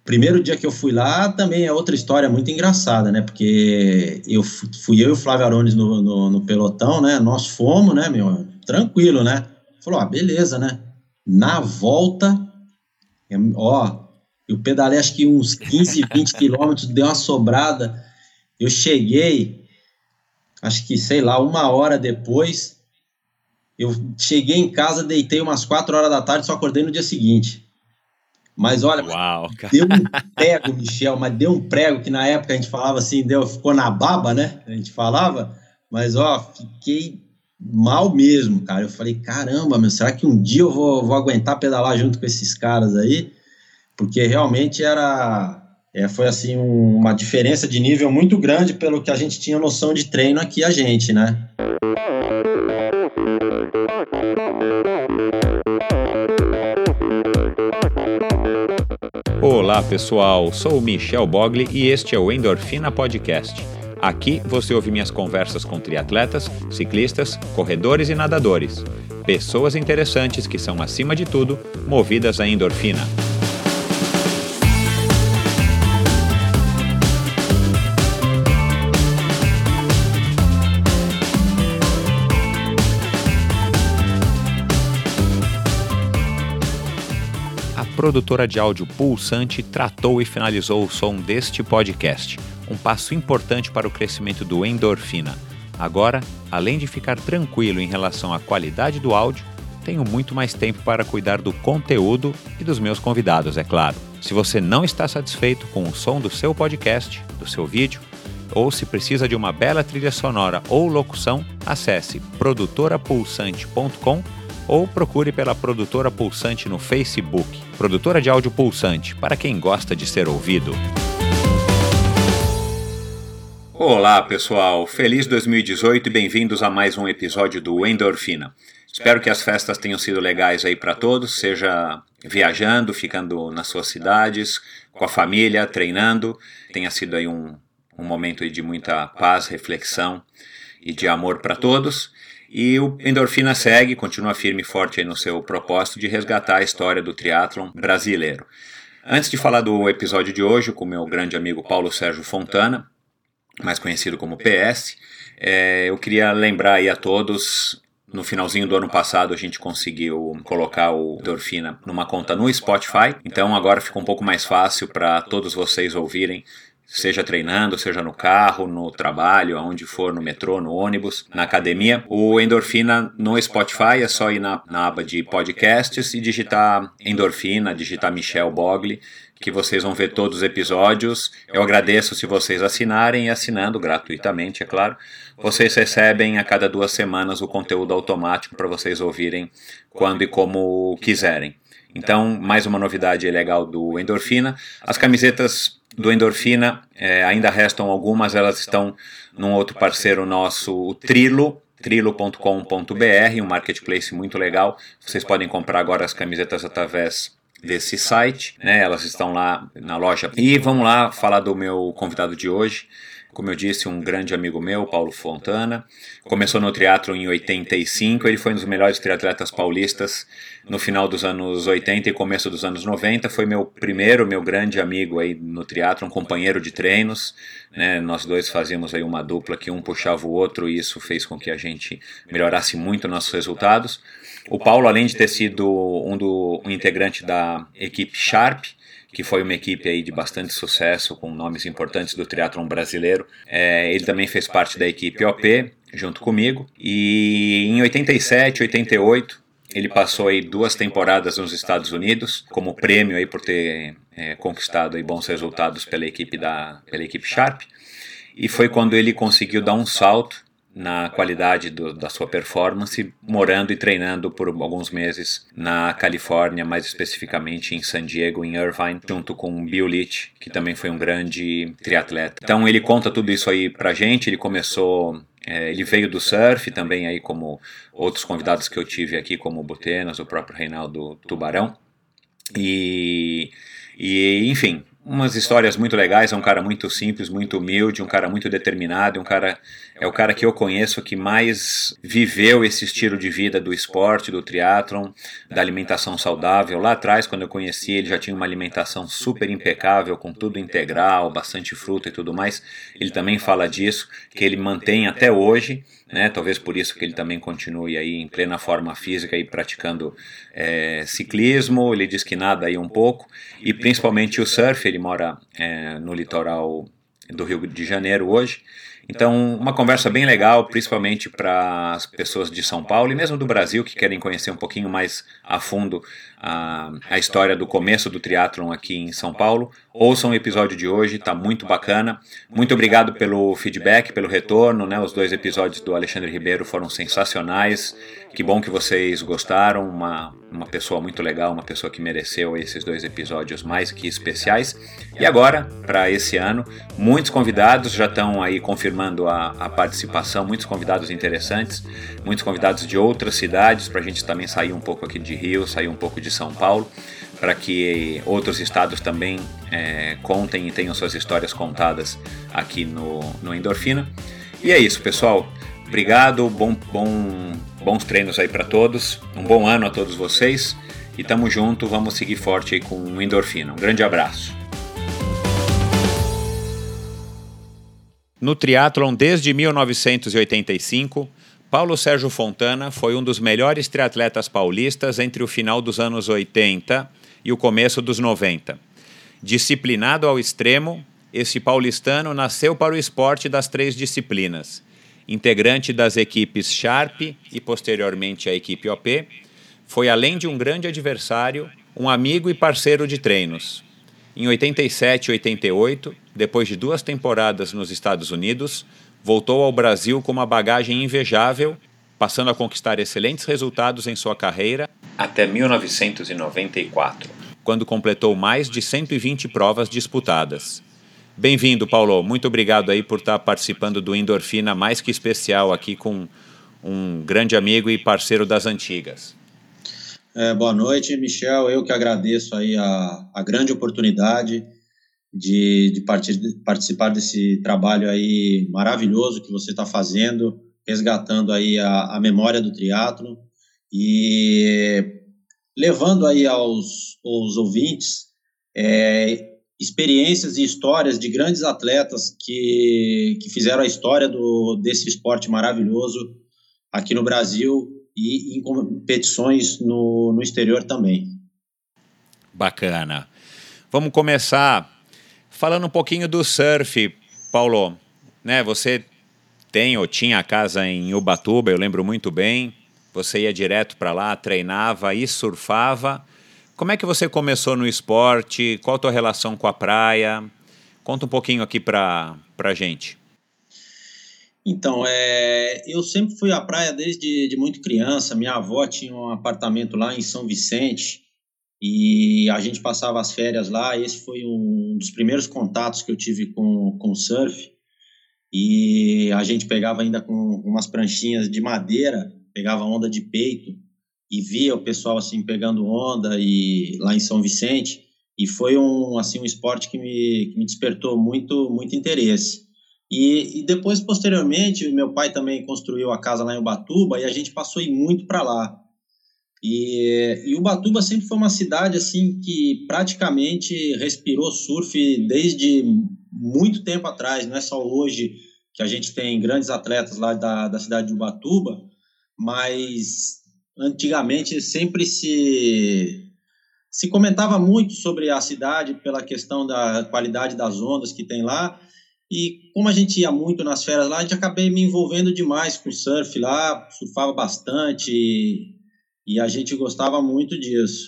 Primeiro dia que eu fui lá também é outra história muito engraçada, né? Porque fui eu e o Flávio Arones no pelotão, né? Nós fomos, né, meu? Tranquilo, né? Falou, beleza, né? Na volta, eu pedalei acho que uns 15, 20 quilômetros, deu uma sobrada. Eu cheguei, acho que, sei lá, 1 hora depois, eu cheguei em casa, deitei umas 4 horas da tarde, só acordei no dia seguinte. Mas olha, Uau, deu um prego, Michel, mas deu um prego que na época a gente falava assim, ficou na baba, né? A gente falava, mas fiquei mal mesmo, cara. Eu falei, caramba, meu, será que um dia eu vou aguentar pedalar junto com esses caras aí? Porque realmente foi assim uma diferença de nível muito grande pelo que a gente tinha noção de treino aqui a gente, né? Olá pessoal, sou o Michel Bogli e este é o Endorfina Podcast. Aqui você ouve minhas conversas com triatletas, ciclistas, corredores e nadadores. Pessoas interessantes que são, acima de tudo, movidas à endorfina. A produtora de áudio Pulsante tratou e finalizou o som deste podcast, um passo importante para o crescimento do Endorfina. Agora, além de ficar tranquilo em relação à qualidade do áudio, tenho muito mais tempo para cuidar do conteúdo e dos meus convidados, é claro. Se você não está satisfeito com o som do seu podcast, do seu vídeo, ou se precisa de uma bela trilha sonora ou locução, acesse produtorapulsante.com ou procure pela Produtora Pulsante no Facebook. Produtora de áudio Pulsante, para quem gosta de ser ouvido. Olá pessoal, feliz 2018 e bem-vindos a mais um episódio do Endorfina. Espero que as festas tenham sido legais aí para todos, seja viajando, ficando nas suas cidades, com a família, treinando. Tenha sido aí um momento aí de muita paz, reflexão e de amor para todos. E o Endorfina segue, continua firme e forte aí no seu propósito de resgatar a história do triatlon brasileiro. Antes de falar do episódio de hoje com o meu grande amigo Paulo Sérgio Fontana, mais conhecido como PS, eu queria lembrar aí a todos, no finalzinho do ano passado a gente conseguiu colocar o Endorfina numa conta no Spotify, então agora fica um pouco mais fácil para todos vocês ouvirem, seja treinando, seja no carro, no trabalho, aonde for, no metrô, no ônibus, na academia. O Endorfina no Spotify é só ir na aba de podcasts e digitar Endorfina, digitar Michel Bogli, que vocês vão ver todos os episódios. Eu agradeço se vocês assinarem e assinando gratuitamente, é claro. Vocês recebem a cada 2 semanas o conteúdo automático para vocês ouvirem quando e como quiserem. Então, mais uma novidade legal do Endorfina. As camisetas do Endorfina, ainda restam algumas, elas estão num outro parceiro nosso, o trilo.com.br, um marketplace muito legal. Vocês podem comprar agora as camisetas através desse site, né? Elas estão lá na loja. E vamos lá falar do meu convidado de hoje. Como eu disse, um grande amigo meu, Paulo Fontana, começou no triatlon em 85, ele foi um dos melhores triatletas paulistas no final dos anos 80 e começo dos anos 90, foi meu grande amigo aí no triatlon, companheiro de treinos, né? Nós dois fazíamos aí uma dupla que um puxava o outro e isso fez com que a gente melhorasse muito nossos resultados. O Paulo, além de ter sido um integrante da equipe Sharp, que foi uma equipe aí de bastante sucesso, com nomes importantes do triatlon brasileiro. Ele também fez parte da equipe OP, junto comigo, e em 87, 88, ele passou aí 2 temporadas nos Estados Unidos, como prêmio aí por ter conquistado aí bons resultados pela equipe Sharp, e foi quando ele conseguiu dar um salto na qualidade da sua performance, morando e treinando por alguns meses na Califórnia, mais especificamente em San Diego, em Irvine, junto com o Bill Leach, que também foi um grande triatleta. Então ele conta tudo isso aí pra gente, ele veio do surf também, aí como outros convidados que eu tive aqui, como o Butenas, o próprio Reinaldo Tubarão, e enfim, umas histórias muito legais, é um cara muito simples, muito humilde, um cara muito determinado, é o cara que eu conheço que mais viveu esse estilo de vida do esporte, do triatlon, da alimentação saudável. Lá atrás, quando eu conheci ele, já tinha uma alimentação super impecável, com tudo integral, bastante fruta e tudo mais. Ele também fala disso, que ele mantém até hoje, né? Talvez por isso que ele também continue aí em plena forma física e praticando ciclismo. Ele diz que nada aí um pouco, e principalmente o surf. Ele mora no litoral do Rio de Janeiro hoje. Então, uma conversa bem legal, principalmente para as pessoas de São Paulo e mesmo do Brasil, que querem conhecer um pouquinho mais a fundo a história do começo do triatlon aqui em São Paulo. Ouçam o episódio de hoje, está muito bacana. Muito obrigado pelo feedback, pelo retorno, né? Os 2 episódios do Alexandre Ribeiro foram sensacionais. Que bom que vocês gostaram. Uma pessoa muito legal, uma pessoa que mereceu esses 2 episódios mais que especiais. E agora, para esse ano, muitos convidados já estão aí confirmando a participação, muitos convidados interessantes, muitos convidados de outras cidades, para a gente também sair um pouco aqui de Rio, sair um pouco de São Paulo, para que outros estados também contem e tenham suas histórias contadas aqui no Endorfina. E é isso, pessoal. Obrigado, bons treinos aí para todos, um bom ano a todos vocês e tamo junto, vamos seguir forte aí com o Endorfina. Um grande abraço. No triatlon desde 1985, Paulo Sérgio Fontana foi um dos melhores triatletas paulistas entre o final dos anos 80 e o começo dos 90. Disciplinado ao extremo, esse paulistano nasceu para o esporte das 3 disciplinas. Integrante das equipes Sharp e posteriormente a equipe OP, foi além de um grande adversário, um amigo e parceiro de treinos. Em 87 e 88, depois de 2 temporadas nos Estados Unidos, voltou ao Brasil com uma bagagem invejável, passando a conquistar excelentes resultados em sua carreira até 1994, quando completou mais de 120 provas disputadas. Bem-vindo, Paulo. Muito obrigado aí por estar participando do Endorfina mais que especial aqui com um grande amigo e parceiro das antigas. Boa noite, Michel. Eu que agradeço aí a grande oportunidade de participar desse trabalho aí maravilhoso que você está fazendo, resgatando aí a memória do triatlo e levando aí aos ouvintes experiências e histórias de grandes atletas que fizeram a história desse esporte maravilhoso aqui no Brasil e em competições no exterior também. Bacana. Vamos começar falando um pouquinho do surf, Paulo. Né, você tem ou tinha a casa em Ubatuba, eu lembro muito bem. Você ia direto para lá, treinava e surfava. Como é que você começou no esporte? Qual a tua relação com a praia? Conta um pouquinho aqui para a gente. Então, eu sempre fui à praia desde muito criança. Minha avó tinha um apartamento lá em São Vicente e a gente passava as férias lá. Esse foi um dos primeiros contatos que eu tive com o surf. E a gente pegava ainda com umas pranchinhas de madeira, pegava onda de peito e via o pessoal assim pegando onda e lá em São Vicente. E foi um esporte que me despertou muito interesse. E depois, posteriormente, meu pai também construiu a casa lá em Ubatuba e a gente passou a ir muito para lá. E Ubatuba sempre foi uma cidade assim que praticamente respirou surf desde muito tempo atrás. Não é só hoje que a gente tem grandes atletas lá da cidade de Ubatuba, mas antigamente sempre se comentava muito sobre a cidade pela questão da qualidade das ondas que tem lá. E como a gente ia muito nas férias lá, a gente acabei me envolvendo demais com surf lá, surfava bastante e a gente gostava muito disso.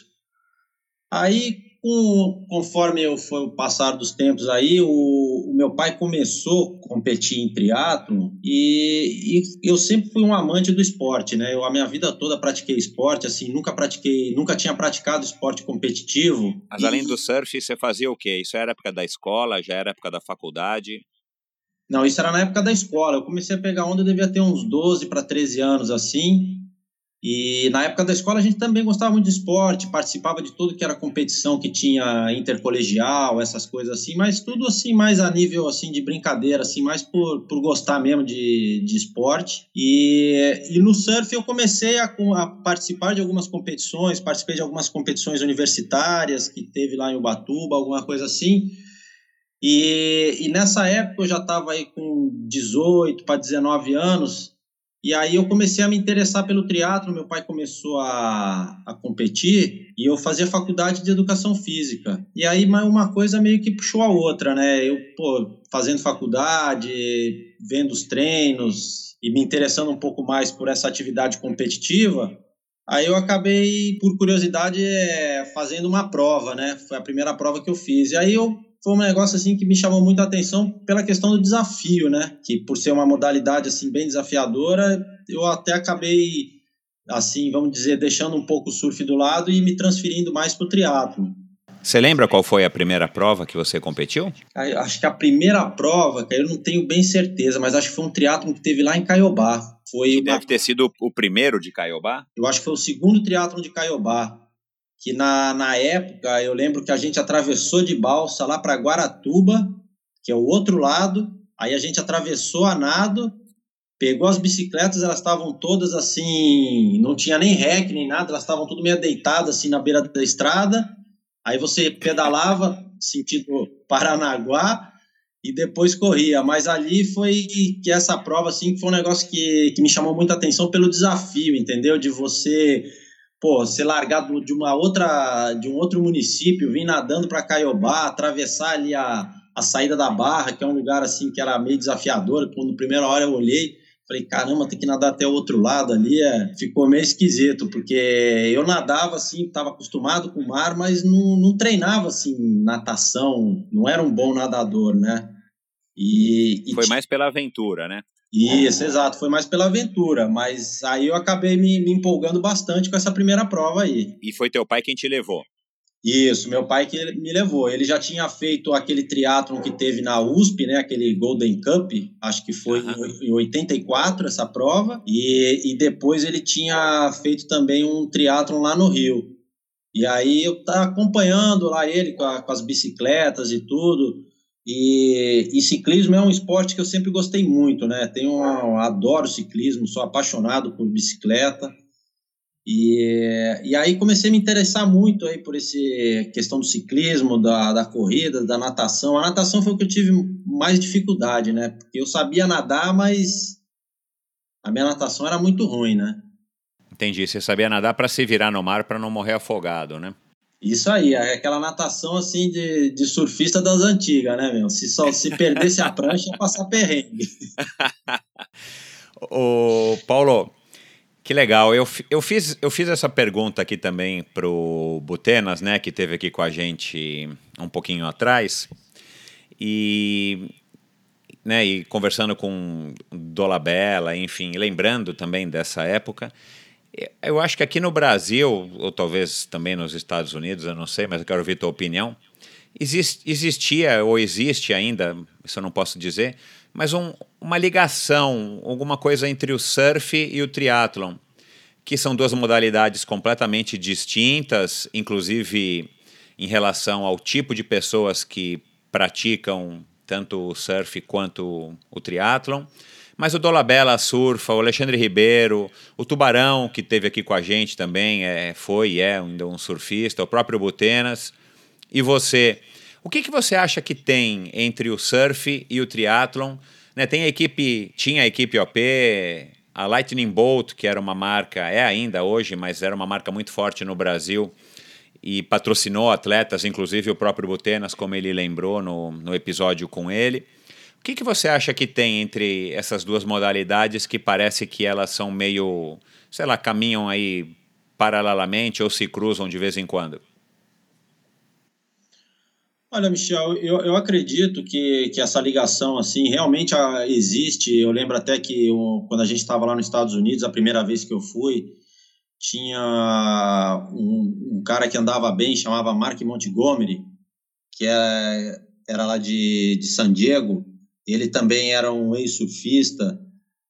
Aí, conforme foi o passar dos tempos aí, o meu pai começou a competir em triatlon e eu sempre fui um amante do esporte, né? A minha vida toda pratiquei esporte, assim, nunca tinha praticado esporte competitivo. Mas além do surf, você fazia o quê? Isso era época da escola, já era época da faculdade? Não, isso era na época da escola. Eu comecei a pegar onda, eu devia ter uns 12 para 13 anos, assim. E na época da escola a gente também gostava muito de esporte, participava de tudo que era competição que tinha intercolegial, essas coisas assim, mas tudo assim mais a nível assim de brincadeira, assim, mais por gostar mesmo de esporte. E no surf eu comecei a participar de algumas competições, participei de algumas competições universitárias que teve lá em Ubatuba, alguma coisa assim. E nessa época eu já estava aí com 18 para 19 anos, e aí eu comecei a me interessar pelo triatlo. Meu pai começou a competir e eu fazia faculdade de educação física. E aí uma coisa meio que puxou a outra, né? Eu, fazendo faculdade, vendo os treinos e me interessando um pouco mais por essa atividade competitiva. Aí eu acabei, por curiosidade, fazendo uma prova, né? Foi a primeira prova que eu fiz. E aí foi um negócio assim que me chamou muito a atenção pela questão do desafio, né? Que por ser uma modalidade assim bem desafiadora, eu até acabei, assim, vamos dizer, deixando um pouco o surf do lado e me transferindo mais para o triatlo. Você lembra qual foi a primeira prova que você competiu? Acho que a primeira prova, cara, eu não tenho bem certeza, mas acho que foi um triatlon que teve lá em Caiobá. Deve ter sido o primeiro de Caiobá? Eu acho que foi o segundo triatlon de Caiobá. Que na época eu lembro que a gente atravessou de balsa lá para Guaratuba, que é o outro lado, aí a gente atravessou a nado, pegou as bicicletas, elas estavam todas assim, não tinha nem rec nem nada, elas estavam tudo meio deitadas assim na beira da estrada, aí você pedalava sentido Paranaguá e depois corria, mas ali foi que essa prova assim, foi um negócio que me chamou muita atenção pelo desafio, entendeu? De você ser largado de um outro município, vir nadando para Caiobá, atravessar ali a saída da Barra, que é um lugar assim que era meio desafiador. Quando na primeira hora eu olhei, falei, caramba, tem que nadar até o outro lado ali, ficou meio esquisito, porque eu nadava assim, estava acostumado com o mar, mas não treinava assim natação, não era um bom nadador, né? Foi mais pela aventura, né? Isso, exato, foi mais pela aventura, mas aí eu acabei me empolgando bastante com essa primeira prova aí. E foi teu pai quem te levou? Isso, meu pai que me levou. Ele já tinha feito aquele triatlon que teve na USP, né, aquele Golden Cup, acho que foi em 84 essa prova, e depois ele tinha feito também um triatlon lá no Rio. E aí eu estava acompanhando lá ele com as bicicletas e tudo. E ciclismo é um esporte que eu sempre gostei muito, né? Adoro ciclismo, sou apaixonado por bicicleta. E aí comecei a me interessar muito aí por essa questão do ciclismo, da corrida, da natação. A natação foi o que eu tive mais dificuldade, né? Porque eu sabia nadar, mas a minha natação era muito ruim, né? Entendi, você sabia nadar para se virar no mar para não morrer afogado, né? Isso aí, é aquela natação assim de surfista das antigas, né, meu? Se perdesse a prancha, ia passar perrengue. Ô, Paulo, que legal. Eu fiz essa pergunta aqui também pro Butenas, né, que esteve aqui com a gente um pouquinho atrás. E conversando com Dolabella, enfim, lembrando também dessa época. Eu acho que aqui no Brasil, ou talvez também nos Estados Unidos, eu não sei, mas eu quero ouvir tua opinião, existia ou existe ainda, isso eu não posso dizer, mas uma ligação, alguma coisa entre o surf e o triatlon, que são duas modalidades completamente distintas, inclusive em relação ao tipo de pessoas que praticam tanto o surf quanto o triatlon. Mas o Dolabella surfa, o Alexandre Ribeiro, o Tubarão, que esteve aqui com a gente também, foi ainda um surfista, o próprio Butenas. E você, o que você acha que tem entre o surf e o triatlon? Né, tinha a equipe OP, a Lightning Bolt, que era uma marca, ainda hoje, mas era uma marca muito forte no Brasil, e patrocinou atletas, inclusive o próprio Butenas, como ele lembrou no episódio com ele. O que você acha que tem entre essas duas modalidades que parece que elas são meio, sei lá, caminham aí paralelamente ou se cruzam de vez em quando? Olha, Michel, eu acredito que essa ligação assim realmente existe. Eu lembro até que quando a gente estava lá nos Estados Unidos, a primeira vez que eu fui, tinha um cara que andava bem, chamava Mark Montgomery, que era lá de San Diego. Ele também era um ex-surfista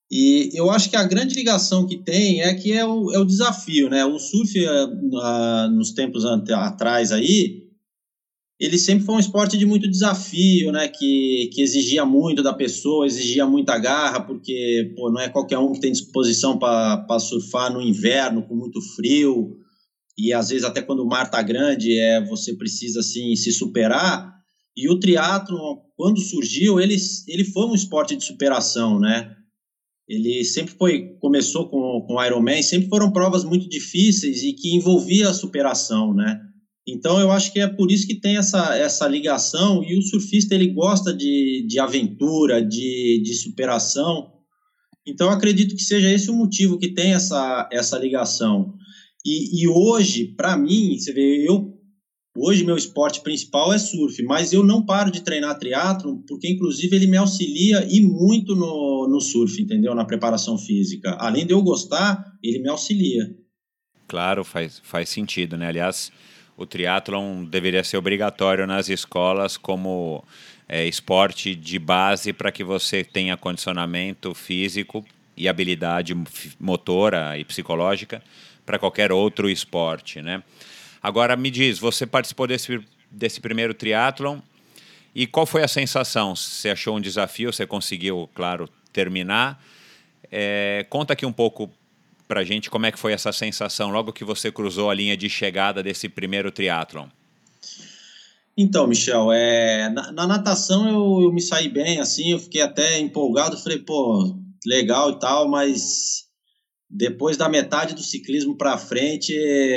E eu acho que a grande ligação que tem é que é o desafio, né? O surf, nos tempos atrás aí, ele sempre foi um esporte de muito desafio, né? Que exigia muito da pessoa, exigia muita garra, porque pô, não é qualquer um que tem disposição para surfar no inverno, com muito frio, e às vezes até quando o mar tá grande, você precisa assim se superar. E o triatlon, quando surgiu, ele foi um esporte de superação, né? Ele sempre começou com o Ironman, sempre foram provas muito difíceis e que envolvia a superação, né? Então eu acho que é por isso que tem essa ligação, e o surfista ele gosta de aventura, de superação. Então eu acredito que seja esse o motivo que tem essa ligação. E hoje, para mim, você vê, hoje meu esporte principal é surf, mas eu não paro de treinar triatlon, porque inclusive ele me auxilia e muito no surf, entendeu? Na preparação física. Além de eu gostar, ele me auxilia. Claro, faz sentido, né? Aliás, o triatlon deveria ser obrigatório nas escolas como esporte de base para que você tenha condicionamento físico e habilidade motora e psicológica para qualquer outro esporte, né? Agora me diz, você participou desse primeiro triatlon e qual foi a sensação? Você achou um desafio? Você conseguiu, claro, terminar? Conta aqui um pouco pra gente como é que foi essa sensação logo que você cruzou a linha de chegada desse primeiro triatlon. Então, Michel, na natação eu me saí bem, assim, eu fiquei até empolgado, falei, pô, legal e tal, mas depois da metade do ciclismo para frente,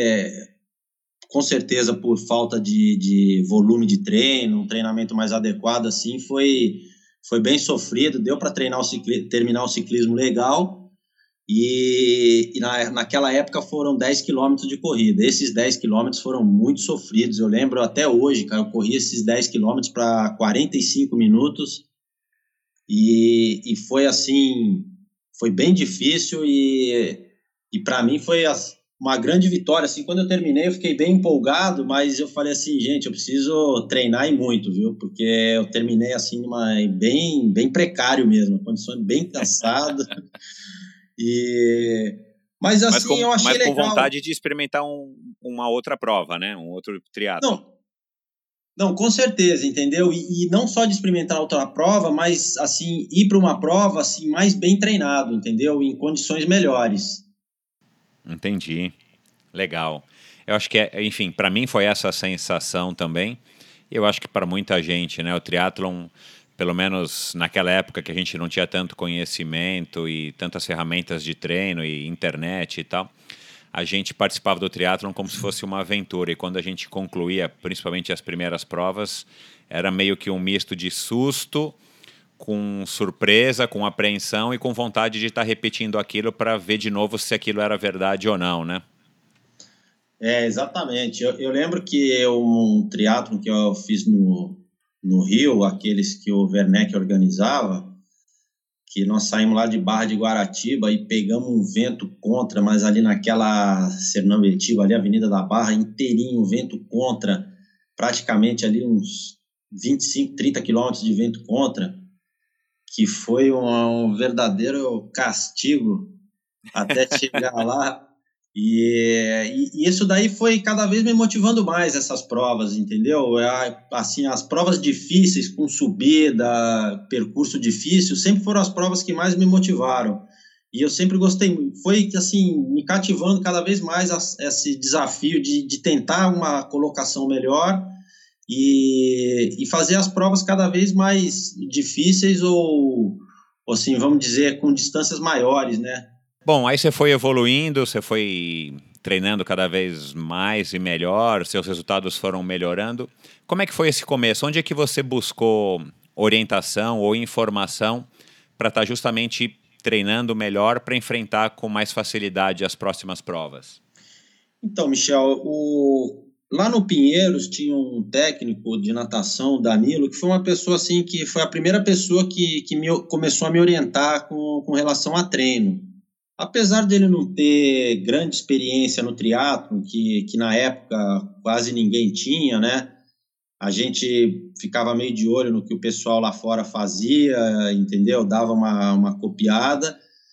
com certeza por falta de volume de treino, um treinamento mais adequado, assim, foi bem sofrido, deu para terminar o ciclismo legal, e naquela época foram 10 quilômetros de corrida. Esses 10 quilômetros foram muito sofridos, eu lembro até hoje, cara, eu corri esses 10 quilômetros para 45 minutos, e foi assim, foi bem difícil, e para mim foi uma grande vitória, assim, quando eu terminei eu fiquei bem empolgado, mas eu falei assim, gente, eu preciso treinar e muito, viu, porque eu terminei assim, bem precário mesmo, condições bem cansadas, mas assim, eu achei mas com legal. vontade de experimentar uma outra prova, né, um outro triatlo. Não, com certeza, entendeu? E não só de experimentar outra prova, mas assim, ir para uma prova assim, mais bem treinado, entendeu? Em condições melhores. Entendi. Legal. Eu acho que, enfim, para mim foi essa a sensação também. Eu acho que para muita gente, né, o triatlon, pelo menos naquela época que a gente não tinha tanto conhecimento e tantas ferramentas de treino e internet e tal, a gente participava do triatlon como se fosse uma aventura. E quando a gente concluía, principalmente as primeiras provas, era meio que um misto de susto, com surpresa, com apreensão e com vontade de estar repetindo aquilo para ver de novo se aquilo era verdade ou não, né? Exatamente. Eu lembro que um triatlon que eu fiz no Rio, aqueles que o Werneck organizava, que nós saímos lá de Barra de Guaratiba e pegamos um vento contra, mas ali naquela Sernambetiva, ali Avenida da Barra, inteirinho, vento contra, praticamente ali uns 25, 30 quilômetros de vento contra, que foi um verdadeiro castigo até chegar lá. E isso daí foi cada vez me motivando mais, essas provas, entendeu? Assim, as provas difíceis, com subida, percurso difícil, sempre foram as provas que mais me motivaram. E eu sempre gostei, foi assim, me cativando cada vez mais esse desafio de tentar uma colocação melhor e fazer as provas cada vez mais difíceis ou assim, vamos dizer, com distâncias maiores, né? Bom, aí você foi evoluindo, você foi treinando cada vez mais e melhor, seus resultados foram melhorando. Como é que foi esse começo? Onde é que você buscou orientação ou informação para estar justamente treinando melhor para enfrentar com mais facilidade as próximas provas? Então, Michel, lá no Pinheiros tinha um técnico de natação, Danilo, que foi uma pessoa assim que foi a primeira pessoa que começou a me orientar com relação a treino. Apesar dele não ter grande experiência no triatlon, que na época quase ninguém tinha, né? A gente ficava meio de olho no que o pessoal lá fora fazia, entendeu? Dava uma copiada,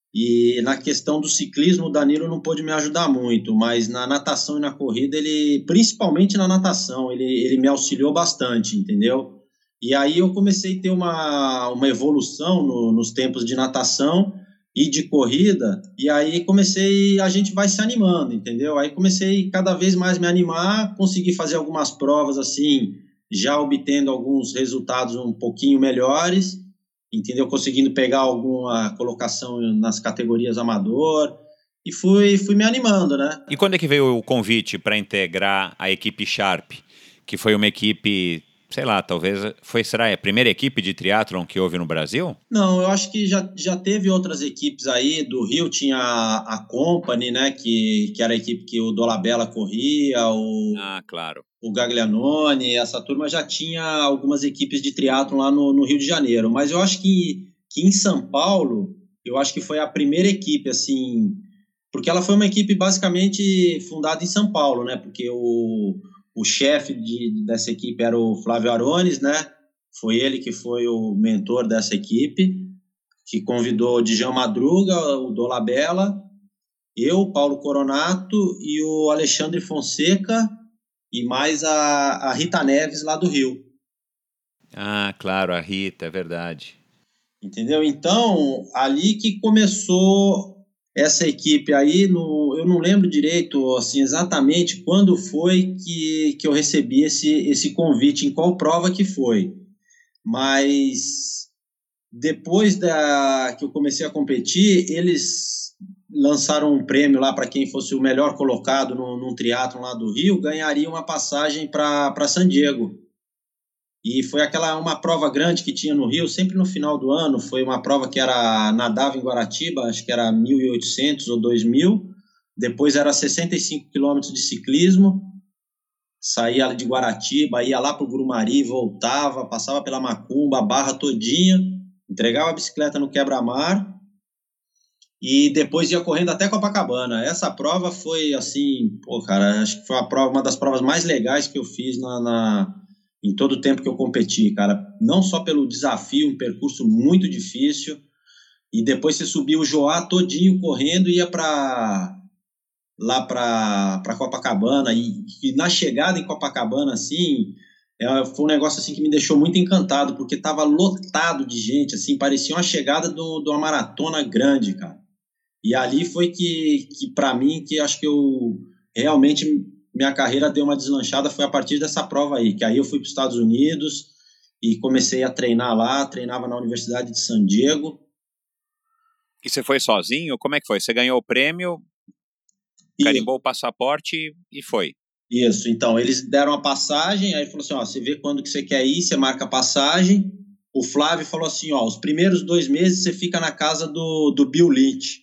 E na questão do ciclismo, o Danilo não pôde me ajudar muito, mas na natação e na corrida, principalmente na natação, ele me auxiliou bastante, entendeu? E aí eu comecei a ter uma evolução nos tempos de natação e de corrida, e aí a gente vai se animando, entendeu? Aí comecei cada vez mais me animar, consegui fazer algumas provas assim, já obtendo alguns resultados um pouquinho melhores, entendeu? Conseguindo pegar alguma colocação nas categorias amador, e fui me animando, né? E quando é que veio o convite para integrar a equipe Sharp, que foi uma equipe, sei lá, talvez será a primeira equipe de triatlon que houve no Brasil? Não, eu acho que já teve outras equipes aí. Do Rio tinha a Company, né, que era a equipe que o Dolabella corria, claro. O Gaglianone, essa turma já tinha algumas equipes de triatlon lá no Rio de Janeiro, mas eu acho que em São Paulo, eu acho que foi a primeira equipe, assim, porque ela foi uma equipe basicamente fundada em São Paulo, né, porque o chefe dessa equipe era o Flávio Arones, né, foi ele que foi o mentor dessa equipe, que convidou o Djalma Madruga, o Dolabella, eu, Paulo Coronato e o Alexandre Fonseca, e mais a Rita Neves lá do Rio. Ah, claro, a Rita, é verdade. Entendeu? Então, ali que começou essa equipe aí, eu não lembro direito, assim, exatamente quando foi que eu recebi esse convite, em qual prova que foi. Mas depois que eu comecei a competir, eles lançaram um prêmio lá para quem fosse o melhor colocado num triatlon lá do Rio, ganharia uma passagem para San Diego. E foi uma prova grande que tinha no Rio, sempre no final do ano. Foi uma prova que nadava em Guaratiba, acho que era 1.800 ou 2.000. Depois era 65 quilômetros de ciclismo. Saía de Guaratiba, ia lá para o Grumari, voltava, passava pela Macumba, a Barra todinha, entregava a bicicleta no quebra-mar e depois ia correndo até Copacabana. Essa prova foi assim, pô, cara, acho que foi uma das provas mais legais que eu fiz em todo o tempo que eu competi, cara. Não só pelo desafio, um percurso muito difícil, e depois você subia o Joá todinho correndo e ia lá para Copacabana, e na chegada em Copacabana, assim, foi um negócio assim que me deixou muito encantado, porque estava lotado de gente, assim, parecia uma chegada de uma maratona grande, cara. E ali foi que para mim, que acho que realmente minha carreira deu uma deslanchada, foi a partir dessa prova aí, que aí eu fui para os Estados Unidos e comecei a treinar lá, treinava na Universidade de San Diego. E você foi sozinho? Como é que foi? Você ganhou o prêmio, carimbou o passaporte e foi? Isso, então, eles deram a passagem, aí falou assim, ó, você vê quando que você quer ir, você marca a passagem. O Flávio falou assim, ó, os primeiros 2 meses você fica na casa do Bill Lynch,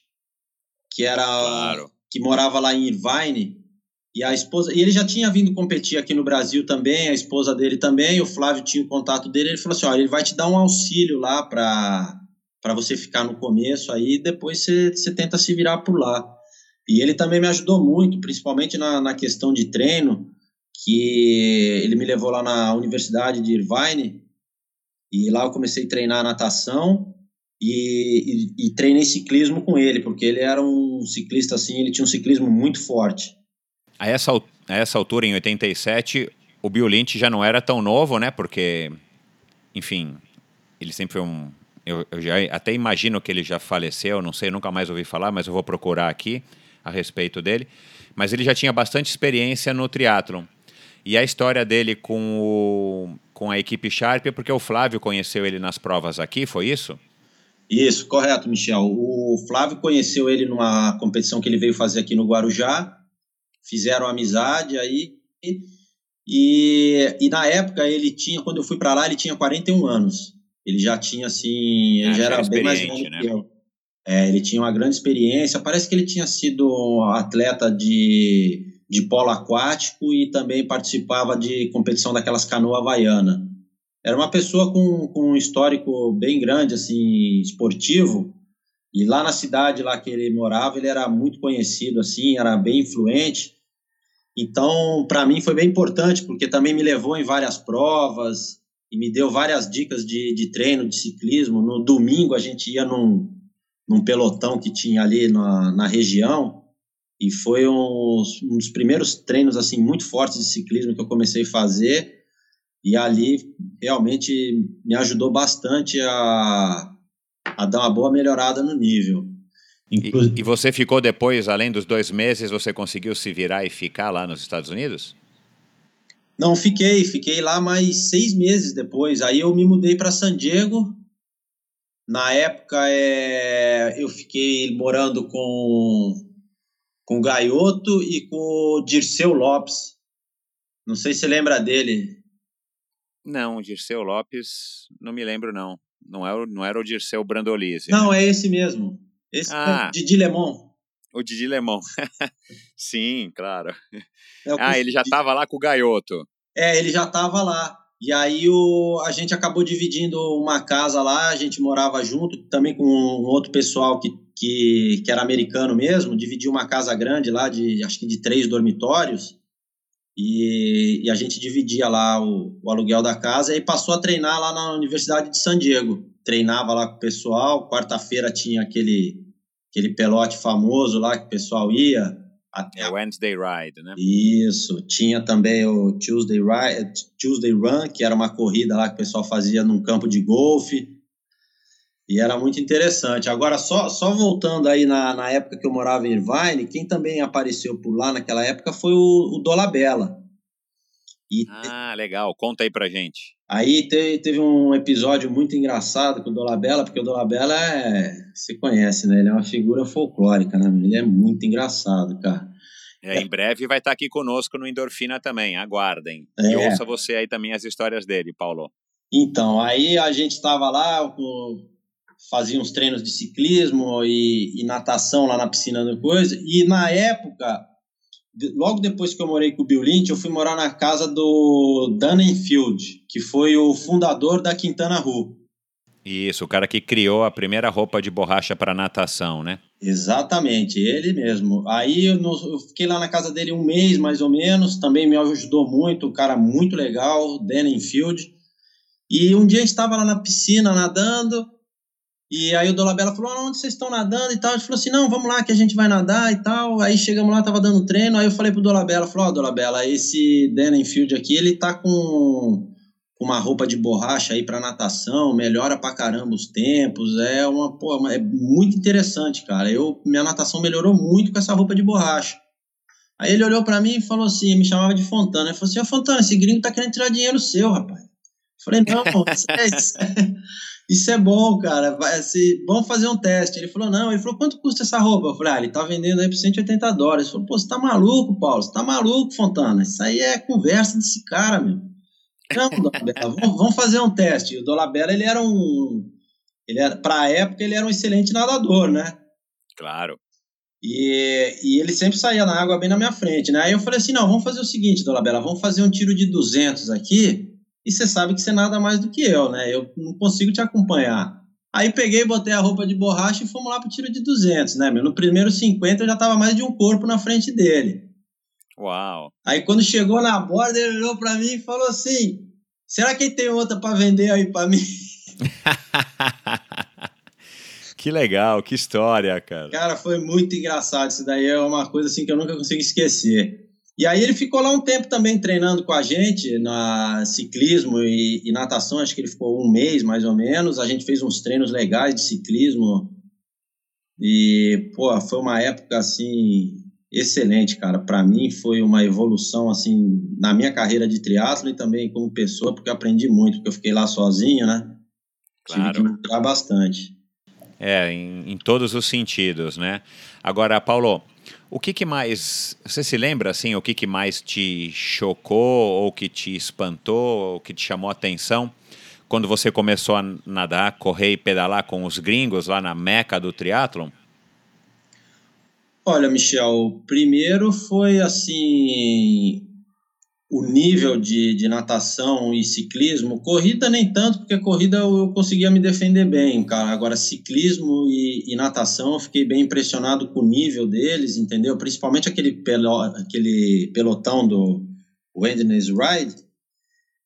que morava lá em Irvine, e a esposa, e ele já tinha vindo competir aqui no Brasil também, a esposa dele também, o Flávio tinha o contato dele, ele falou assim, ó, ele vai te dar um auxílio lá para você ficar no começo, aí depois você tenta se virar por lá. E ele também me ajudou muito, principalmente na questão de treino, que ele me levou lá na Universidade de Irvine, e lá eu comecei a treinar natação e treinei ciclismo com ele, porque ele era um ciclista assim, ele tinha um ciclismo muito forte. A essa altura, em 87, o Bill Lynch já não era tão novo, né? Porque, enfim, ele sempre foi eu já até imagino que ele já faleceu, não sei, nunca mais ouvi falar, mas eu vou procurar aqui a respeito dele. Mas ele já tinha bastante experiência no triatlon. E a história dele com a equipe Sharp é porque o Flávio conheceu ele nas provas aqui, foi isso? Isso, correto, Michel. O Flávio conheceu ele numa competição que ele veio fazer aqui no Guarujá, fizeram amizade aí, e na época quando eu fui para lá, ele tinha 41 anos. Ele já tinha, assim, ele já era bem mais velho, né, que eu. Ele tinha uma grande experiência, parece que ele tinha sido atleta de polo aquático e também participava de competição daquelas canoa havaiana. Era uma pessoa com um histórico bem grande, assim, esportivo, e lá na cidade lá que ele morava, ele era muito conhecido, assim, era bem influente. Então, para mim foi bem importante, porque também me levou em várias provas e me deu várias dicas de treino, de ciclismo. No domingo a gente ia num pelotão que tinha ali na região, e foi um dos primeiros treinos assim muito fortes de ciclismo que eu comecei a fazer, e ali realmente me ajudou bastante a dar uma boa melhorada no nível. E você ficou depois, além dos 2 meses, você conseguiu se virar e ficar lá nos Estados Unidos? Não, fiquei lá mais 6 meses depois. Aí eu me mudei para San Diego. Na época eu fiquei morando com o Gaioto e com o Dirceu Lopes. Não sei se você lembra dele. Não, o Dirceu Lopes, não me lembro não. Não era o Dirceu Brandolise. Não, né? é esse mesmo. Esse é o Didi Lemon. O Didi Lemon. Sim, claro. É ele já estava lá com o Gaioto. Ele já estava lá. E aí a gente acabou dividindo uma casa lá, a gente morava junto, também com um outro pessoal que era americano mesmo, dividiu uma casa grande lá, acho que de 3 dormitórios, e a gente dividia lá o aluguel da casa, e passou a treinar lá na Universidade de San Diego. Treinava lá com o pessoal, quarta-feira tinha aquele pelote famoso lá que o pessoal ia. É o Wednesday Ride, né? Isso, tinha também o Tuesday Run, que era uma corrida lá que o pessoal fazia num campo de golfe, e era muito interessante. Agora, só voltando aí na época que eu morava em Irvine, quem também apareceu por lá naquela época foi o Dolabella. Legal, conta aí pra gente. Aí teve um episódio muito engraçado com o Dolabella, porque o Dolabella você conhece, né? Ele é uma figura folclórica, né? Ele é muito engraçado, cara. Em breve vai estar aqui conosco no Endorfina também, aguardem. E ouça você aí também as histórias dele, Paulo. Então, aí a gente estava lá, fazia uns treinos de ciclismo e natação lá na piscina do coisa, e na época, logo depois que eu morei com o Bill Lynch, eu fui morar na casa do Dan Enfield, que foi o fundador da Quintana Roo. Isso, o cara que criou a primeira roupa de borracha para natação, né? Exatamente, ele mesmo. Aí eu fiquei lá na casa dele 1 mês, mais ou menos, também me ajudou muito, um cara muito legal, Dan Enfield. E um dia a gente estava lá na piscina nadando, e aí o Dolabella falou, onde vocês estão nadando e tal? A gente falou assim, não, vamos lá que a gente vai nadar e tal. Aí chegamos lá, tava dando treino, aí eu falei pro Dolabella, Dolabella, esse Dan Enfield aqui, ele tá com uma roupa de borracha aí para natação, melhora pra caramba os tempos, é muito interessante, cara. Minha natação melhorou muito com essa roupa de borracha. Aí ele olhou para mim e falou assim, me chamava de Fontana, ele falou assim, Fontana, esse gringo tá querendo tirar dinheiro seu, rapaz. Eu falei, não, isso é bom, cara, vamos fazer um teste. Ele falou, quanto custa essa roupa? Eu falei, ele tá vendendo aí por $180. Ele falou, você tá maluco, Paulo, você tá maluco, Fontana, isso aí é conversa desse cara, meu. Não, Dolabella, vamos fazer um teste. O Dolabella, para a época, ele era um excelente nadador, né? Claro. E ele sempre saía na água bem na minha frente, né? Aí eu falei assim, não, vamos fazer o seguinte, Dolabella, vamos fazer um tiro de 200 aqui, e você sabe que você nada mais do que eu, né? Eu não consigo te acompanhar. Aí peguei, botei a roupa de borracha e fomos lá pro tiro de 200, né, meu? No primeiro 50 eu já tava mais de um corpo na frente dele. Uau! Aí quando chegou na borda, ele olhou pra mim e falou assim, será que tem outra pra vender aí pra mim? Que legal, que história, cara. Cara, foi muito engraçado, isso daí é uma coisa assim que eu nunca consigo esquecer. E aí ele ficou lá um tempo também treinando com a gente, na ciclismo e natação, acho que ele ficou 1 mês mais ou menos, a gente fez uns treinos legais de ciclismo e, foi uma época assim... excelente, cara. Para mim foi uma evolução assim na minha carreira de triatlo e também como pessoa, porque eu aprendi muito, porque eu fiquei lá sozinho, né? Claro. Tive que mudar bastante. Em todos os sentidos, né? Agora, Paulo, o que mais, você se lembra assim, o que mais te chocou ou que te espantou ou que te chamou a atenção quando você começou a nadar, correr e pedalar com os gringos lá na meca do triatlon? Olha, Michel, primeiro foi assim o nível de natação e ciclismo. Corrida nem tanto, porque corrida eu conseguia me defender bem, cara. Agora ciclismo e natação eu fiquei bem impressionado com o nível deles, entendeu? Principalmente aquele pelotão do Wilderness Ride.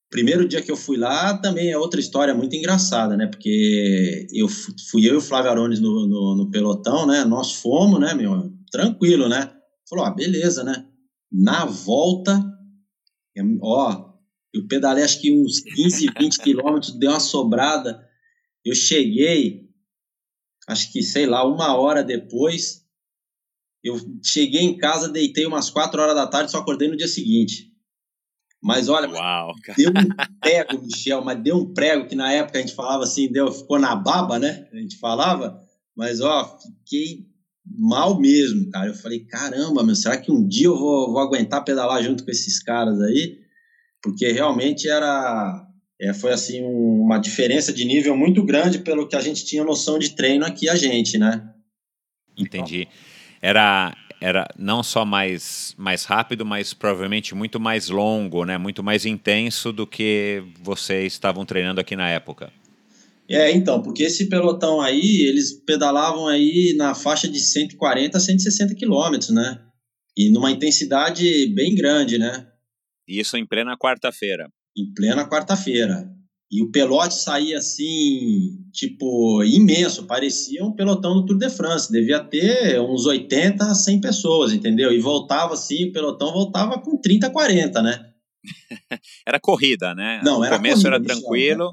Primeiro dia que eu fui lá também é outra história muito engraçada, né? Porque fui eu e o Flávio Arones no pelotão, né? Nós fomos, né, meu? Tranquilo, né? Falou, beleza, né? Na volta, ó, eu pedalei acho que uns 15, 20 quilômetros, deu uma sobrada. Eu cheguei, acho que, sei lá, 1 hora depois, eu cheguei em casa, deitei umas 4 horas da tarde, só acordei no dia seguinte. Mas olha, Uau, deu um prego, Michel, mas deu um prego que na época a gente falava assim, ficou na baba, né? A gente falava, mas ó, fiquei mal mesmo, cara. Eu falei, caramba, meu, será que um dia eu vou aguentar pedalar junto com esses caras aí? Porque realmente foi assim uma diferença de nível muito grande pelo que a gente tinha noção de treino aqui a gente, né? Entendi. Era não só mais rápido, mas provavelmente muito mais longo, né? Muito mais intenso do que vocês estavam treinando aqui na época. Então, porque esse pelotão aí, eles pedalavam aí na faixa de 140 a 160 quilômetros, né? E numa intensidade bem grande, né? Isso em plena quarta-feira. Em plena quarta-feira. E o pelote saía assim, tipo, imenso, parecia um pelotão do Tour de France, devia ter uns 80 a 100 pessoas, entendeu? E voltava assim, o pelotão voltava com 30, 40, né? Era corrida, né? Não, no era começo corrida, era tranquilo.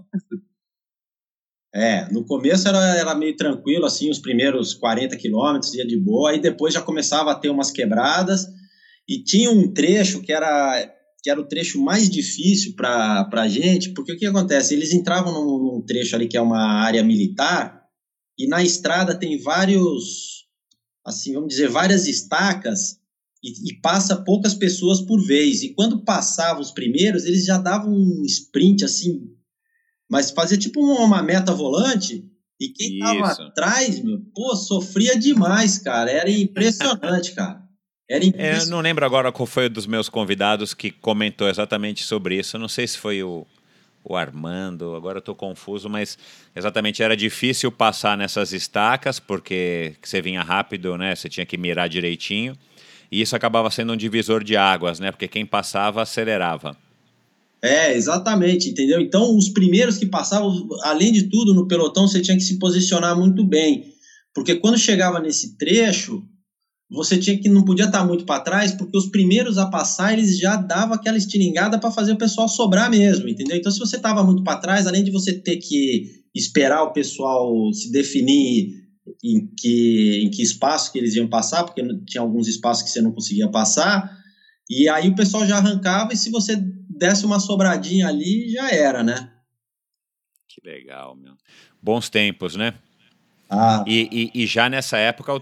No começo era meio tranquilo, assim, os primeiros 40 quilômetros ia de boa, aí depois já começava a ter umas quebradas, e tinha um trecho que era o trecho mais difícil para a gente, porque o que acontece? Eles entravam num trecho ali que é uma área militar, e na estrada tem vários, assim, vamos dizer, várias estacas, e passa poucas pessoas por vez, e quando passavam os primeiros, eles já davam um sprint, assim, mas fazia tipo uma meta volante, e quem tava atrás, meu, sofria demais, cara. Era impressionante, cara. Era impressionante. Eu não lembro agora qual foi um dos meus convidados que comentou exatamente sobre isso. Eu não sei se foi o Armando, agora eu estou confuso, mas exatamente era difícil passar nessas estacas, porque você vinha rápido, né? Você tinha que mirar direitinho. E isso acabava sendo um divisor de águas, né? Porque quem passava acelerava. Exatamente, entendeu? Então, os primeiros que passavam, além de tudo, no pelotão, você tinha que se posicionar muito bem. Porque quando chegava nesse trecho, você não podia estar muito para trás, porque os primeiros a passar, eles já davam aquela estilingada para fazer o pessoal sobrar mesmo, entendeu? Então, se você estava muito para trás, além de você ter que esperar o pessoal se definir em que espaço que eles iam passar, porque tinha alguns espaços que você não conseguia passar, e aí o pessoal já arrancava, e se você desse uma sobradinha ali, já era, né? Que legal, meu. Bons tempos, né? Ah. E já nessa época,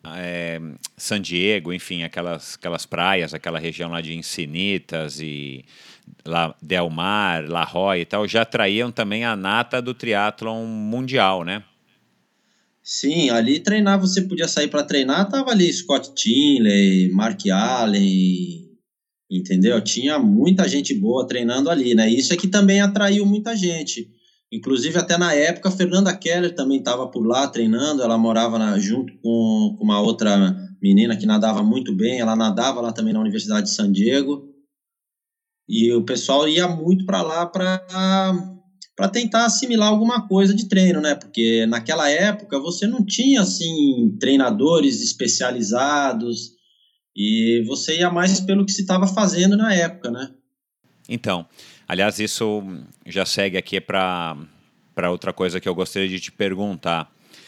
San Diego, enfim, aquelas praias, aquela região lá de Encinitas e Del Mar, La Jolla e tal, já atraíam também a nata do triatlon mundial, né? Sim, ali treinar, você podia sair para treinar, tava ali Scott Tinley, Mark Allen, entendeu? Tinha muita gente boa treinando ali, né? Isso aqui também atraiu muita gente. Inclusive, até na época, a Fernanda Keller também estava por lá treinando. Ela morava junto com uma outra menina que nadava muito bem. Ela nadava lá também na Universidade de San Diego. E o pessoal ia muito para lá para tentar assimilar alguma coisa de treino, né? Porque naquela época você não tinha, assim, treinadores especializados e você ia mais pelo que se estava fazendo na época, né? Então, aliás, isso já segue aqui para outra coisa que eu gostaria de te perguntar.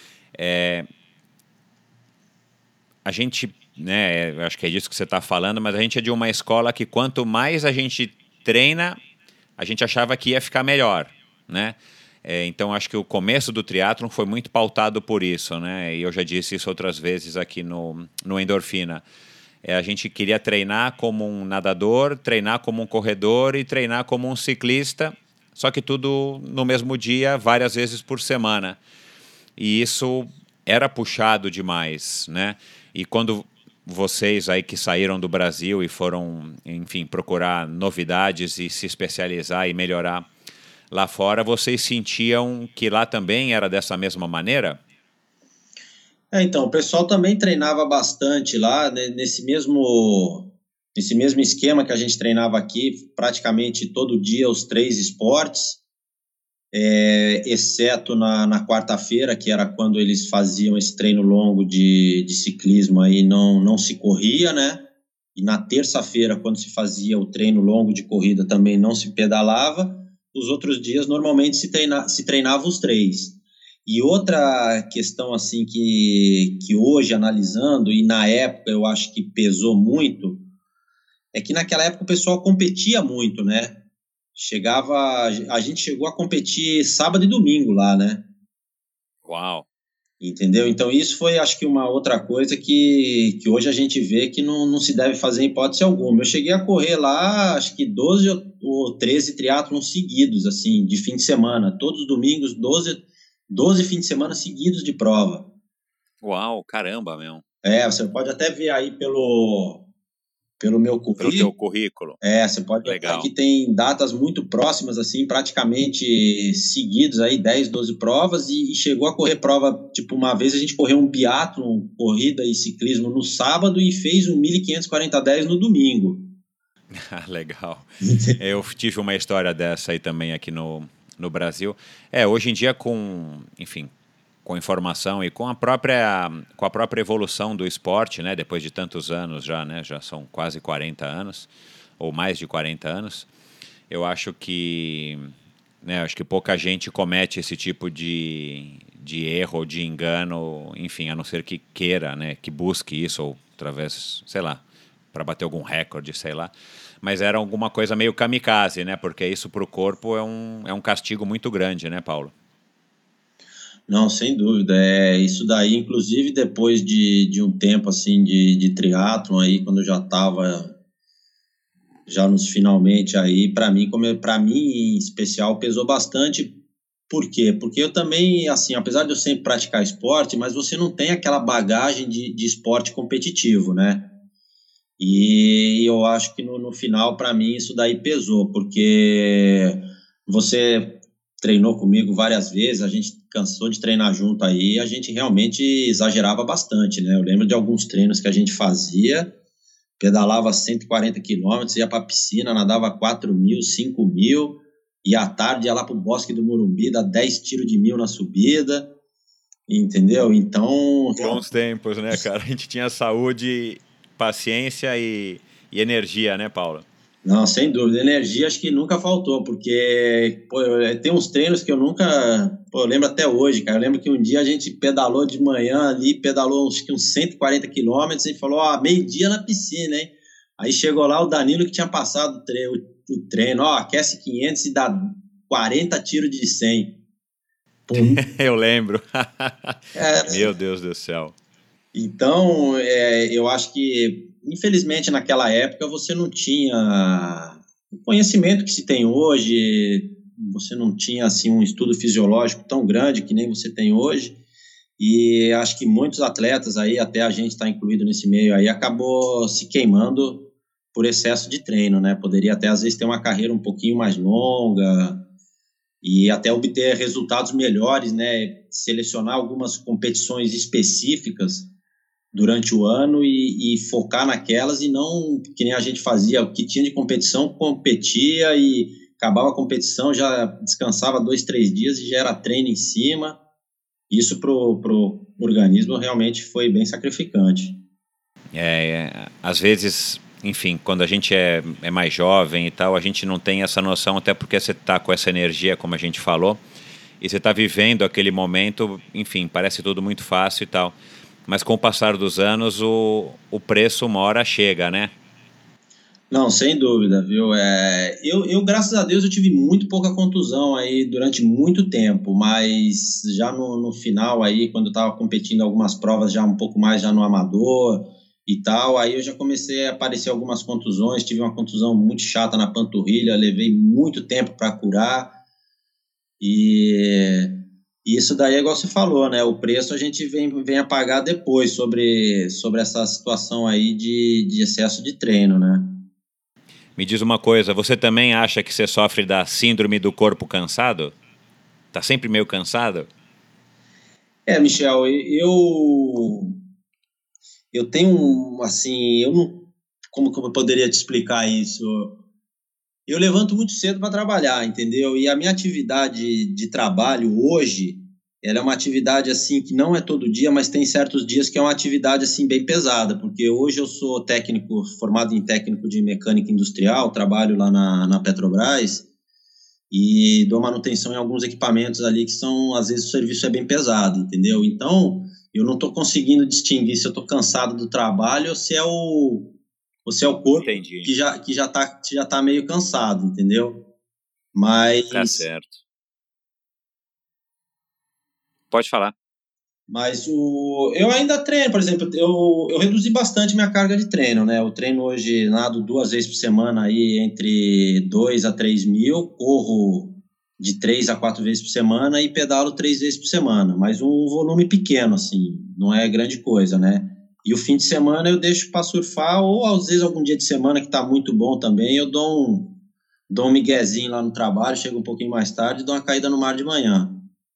A gente, né, eu acho que é disso que você está falando, mas a gente é de uma escola que quanto mais a gente treina, a gente achava que ia ficar melhor, né? Então, acho que o começo do triatlon foi muito pautado por isso, né? E eu já disse isso outras vezes aqui no Endorfina. A gente queria treinar como um nadador, treinar como um corredor e treinar como um ciclista, só que tudo no mesmo dia, várias vezes por semana. E isso era puxado demais, né? E quando vocês aí que saíram do Brasil e foram, enfim, procurar novidades e se especializar e melhorar lá fora, vocês sentiam que lá também era dessa mesma maneira? Então, o pessoal também treinava bastante lá, né, nesse mesmo Esse mesmo esquema que a gente treinava aqui, praticamente todo dia os 3 esportes, exceto na quarta-feira, que era quando eles faziam esse treino longo de ciclismo, aí não se corria, né? E na terça-feira, quando se fazia o treino longo de corrida, também não se pedalava. Os outros dias, normalmente, se treinava os 3. E outra questão, assim, que hoje, analisando, e na época eu acho que pesou muito, é que naquela época o pessoal competia muito, né? A gente chegou a competir sábado e domingo lá, né? Uau! Entendeu? Então isso foi, acho que, uma outra coisa que hoje a gente vê que não se deve fazer em hipótese alguma. Eu cheguei a correr lá, acho que 12 ou 13 triatlons seguidos, assim, de fim de semana. Todos os domingos, 12 fins de semana seguidos de prova. Uau, caramba, meu. Você pode até ver aí pelo meu currículo. Pelo teu currículo. Você pode ver Legal. que tem datas muito próximas, assim, praticamente seguidos aí, 10, 12 provas, e chegou a correr prova, tipo, uma vez a gente correu um biatlon, corrida e ciclismo no sábado e fez um 1.540-10 no domingo. Legal. Eu tive uma história dessa aí também aqui no Brasil. Hoje em dia enfim, com informação e com a própria evolução do esporte, né, depois de tantos anos já, né, já são quase 40 anos, ou mais de 40 anos, eu acho que, né, acho que pouca gente comete esse tipo de erro ou de engano, enfim, a não ser que queira, né, que busque isso, ou através, sei lá, para bater algum recorde, sei lá. Mas era alguma coisa meio kamikaze, né, porque isso para o corpo é um castigo muito grande, né, Paulo? Não, sem dúvida. Isso daí, inclusive, depois de um tempo assim de triatlon aí, quando eu já estava já nos finalmente aí, para mim em especial, pesou bastante. Por quê? Porque eu também, assim, apesar de eu sempre praticar esporte, mas você não tem aquela bagagem de esporte competitivo, né? E eu acho que no final, para mim, isso daí pesou, porque você treinou comigo várias vezes, a gente cansou de treinar junto aí, a gente realmente exagerava bastante, né? Eu lembro de alguns treinos que a gente fazia, pedalava 140 quilômetros, ia para a piscina, nadava 4.000, 5.000, e à tarde ia lá para o Bosque do Morumbi, dá 10 tiros de 1.000 na subida, entendeu? Então... Bons tempos, né, cara? A gente tinha saúde, paciência e energia, né, Paulo? Não, sem dúvida. Energia acho que nunca faltou, porque tem uns treinos que eu nunca... eu lembro até hoje, cara. Eu lembro que um dia a gente pedalou de manhã ali, pedalou uns 140 quilômetros e falou, meio-dia na piscina, hein? Aí chegou lá o Danilo que tinha passado o treino, aquece 500 e dá 40 tiros de 100. Eu lembro. Meu Deus do céu. Então, eu acho que, infelizmente, naquela época você não tinha o conhecimento que se tem hoje, você não tinha assim um estudo fisiológico tão grande que nem você tem hoje, e acho que muitos atletas aí, até a gente está incluído nesse meio aí, acabou se queimando por excesso de treino, né? Poderia até às vezes ter uma carreira um pouquinho mais longa e até obter resultados melhores, né? Selecionar algumas competições específicas durante o ano e focar naquelas e não que nem a gente fazia, o que tinha de competição, competia e acabava a competição, já descansava 2, 3 dias e já era treino em cima. Isso pro organismo realmente foi bem sacrificante. Às vezes, enfim, quando a gente é mais jovem e tal, a gente não tem essa noção, até porque você está com essa energia, como a gente falou, e você está vivendo aquele momento, enfim, parece tudo muito fácil e tal. Mas com o passar dos anos, o preço uma hora chega, né? Não, sem dúvida, viu? Eu, graças a Deus, eu tive muito pouca contusão aí durante muito tempo, mas já no final aí, quando eu estava competindo algumas provas já um pouco mais já no amador e tal, aí eu já comecei a aparecer algumas contusões, tive uma contusão muito chata na panturrilha, levei muito tempo para curar e isso daí é igual você falou, né? O preço a gente vem a pagar depois sobre essa situação aí de excesso de treino, né? Me diz uma coisa, você também acha que você sofre da síndrome do corpo cansado? Tá sempre meio cansado? Michel, eu tenho assim, eu não como que eu poderia te explicar isso? Eu levanto muito cedo para trabalhar, entendeu? E a minha atividade de trabalho hoje, ela é uma atividade assim que não é todo dia, mas tem certos dias que é uma atividade assim bem pesada, porque hoje eu sou técnico, formado em técnico de mecânica industrial, trabalho lá na Petrobras e dou manutenção em alguns equipamentos ali que são, às vezes o serviço é bem pesado, entendeu? Então, eu não estou conseguindo distinguir se eu estou cansado do trabalho ou se é o corpo Entendi. que já tá meio cansado, entendeu? Mas, Tá certo. Pode falar. mas eu ainda treino, por exemplo, eu reduzi bastante minha carga de treino, né? Eu treino hoje, nado 2 vezes por semana aí entre 2 a 3 mil, corro de 3 a 4 vezes por semana e pedalo 3 vezes por semana, mas um volume pequeno, assim, não é grande coisa, né? E o fim de semana eu deixo para surfar, ou às vezes algum dia de semana que tá muito bom também, eu dou um miguezinho lá no trabalho, chego um pouquinho mais tarde e dou uma caída no mar de manhã.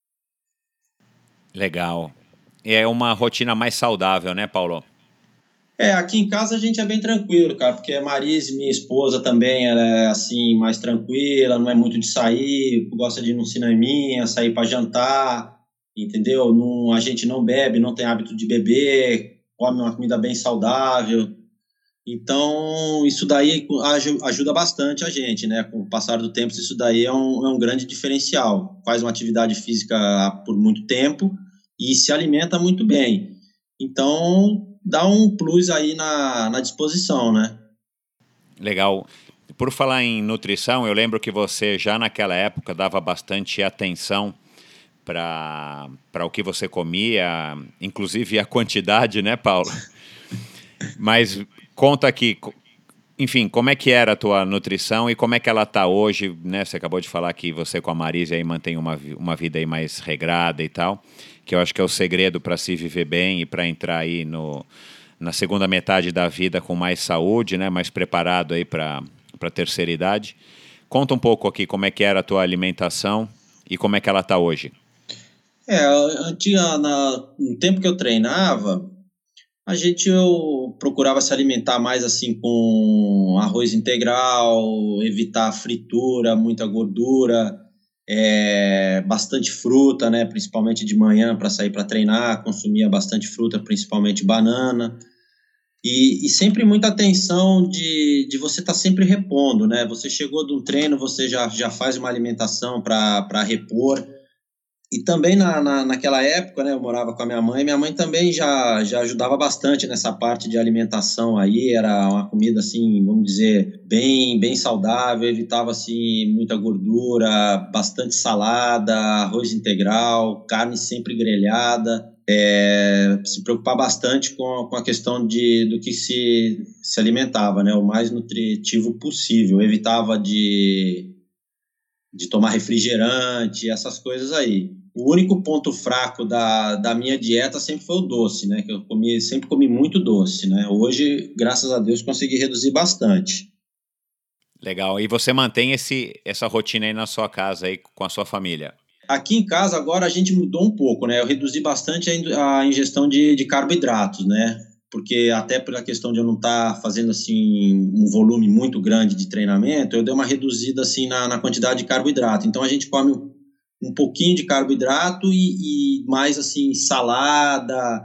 Legal. É uma rotina mais saudável, né, Paulo? Aqui em casa a gente é bem tranquilo, cara, porque a Marise, minha esposa, também, ela é assim, mais tranquila, não é muito de sair, gosta de ir no cineminha, sair para jantar, entendeu? Não, a gente não bebe, não tem hábito de beber, come uma comida bem saudável. Então, isso daí ajuda bastante a gente, né? Com o passar do tempo, isso daí é um grande diferencial. Faz uma atividade física por muito tempo e se alimenta muito bem. Então, dá um plus aí na disposição, né? Legal. Por falar em nutrição, eu lembro que você já naquela época dava bastante atenção para o que você comia, inclusive a quantidade, né, Paulo? Mas conta aqui, enfim, como é que era a tua nutrição e como é que ela está hoje, né? Você acabou de falar que você com a Marise aí mantém uma vida aí mais regrada e tal, que eu acho que é o segredo para se viver bem e para entrar aí na segunda metade da vida com mais saúde, né? Mais preparado aí para a terceira idade. Conta um pouco aqui como é que era a tua alimentação e como é que ela está hoje. No tempo que eu treinava, eu procurava se alimentar mais assim com arroz integral, evitar fritura, muita gordura, bastante fruta, né, principalmente de manhã para sair para treinar, consumia bastante fruta, principalmente banana, e sempre muita atenção de você estar sempre repondo, né, você chegou de um treino, você já faz uma alimentação para repor. E também naquela época, né, eu morava com a minha mãe também já ajudava bastante nessa parte de alimentação aí, era uma comida assim, vamos dizer, bem saudável, evitava assim muita gordura, bastante salada, arroz integral, carne sempre grelhada, se preocupar bastante com a questão do que se alimentava, né, o mais nutritivo possível, evitava de tomar refrigerante, essas coisas aí. O único ponto fraco da minha dieta sempre foi o doce, né? Que eu sempre comi muito doce, né? Hoje, graças a Deus, consegui reduzir bastante. Legal. E você mantém essa rotina aí na sua casa, aí com a sua família? Aqui em casa, agora, a gente mudou um pouco, né? Eu reduzi bastante a ingestão de carboidratos, né? Porque até pela questão de eu não estar fazendo assim um volume muito grande de treinamento, eu dei uma reduzida assim na quantidade de carboidrato. Então a gente come um pouquinho de carboidrato e mais assim salada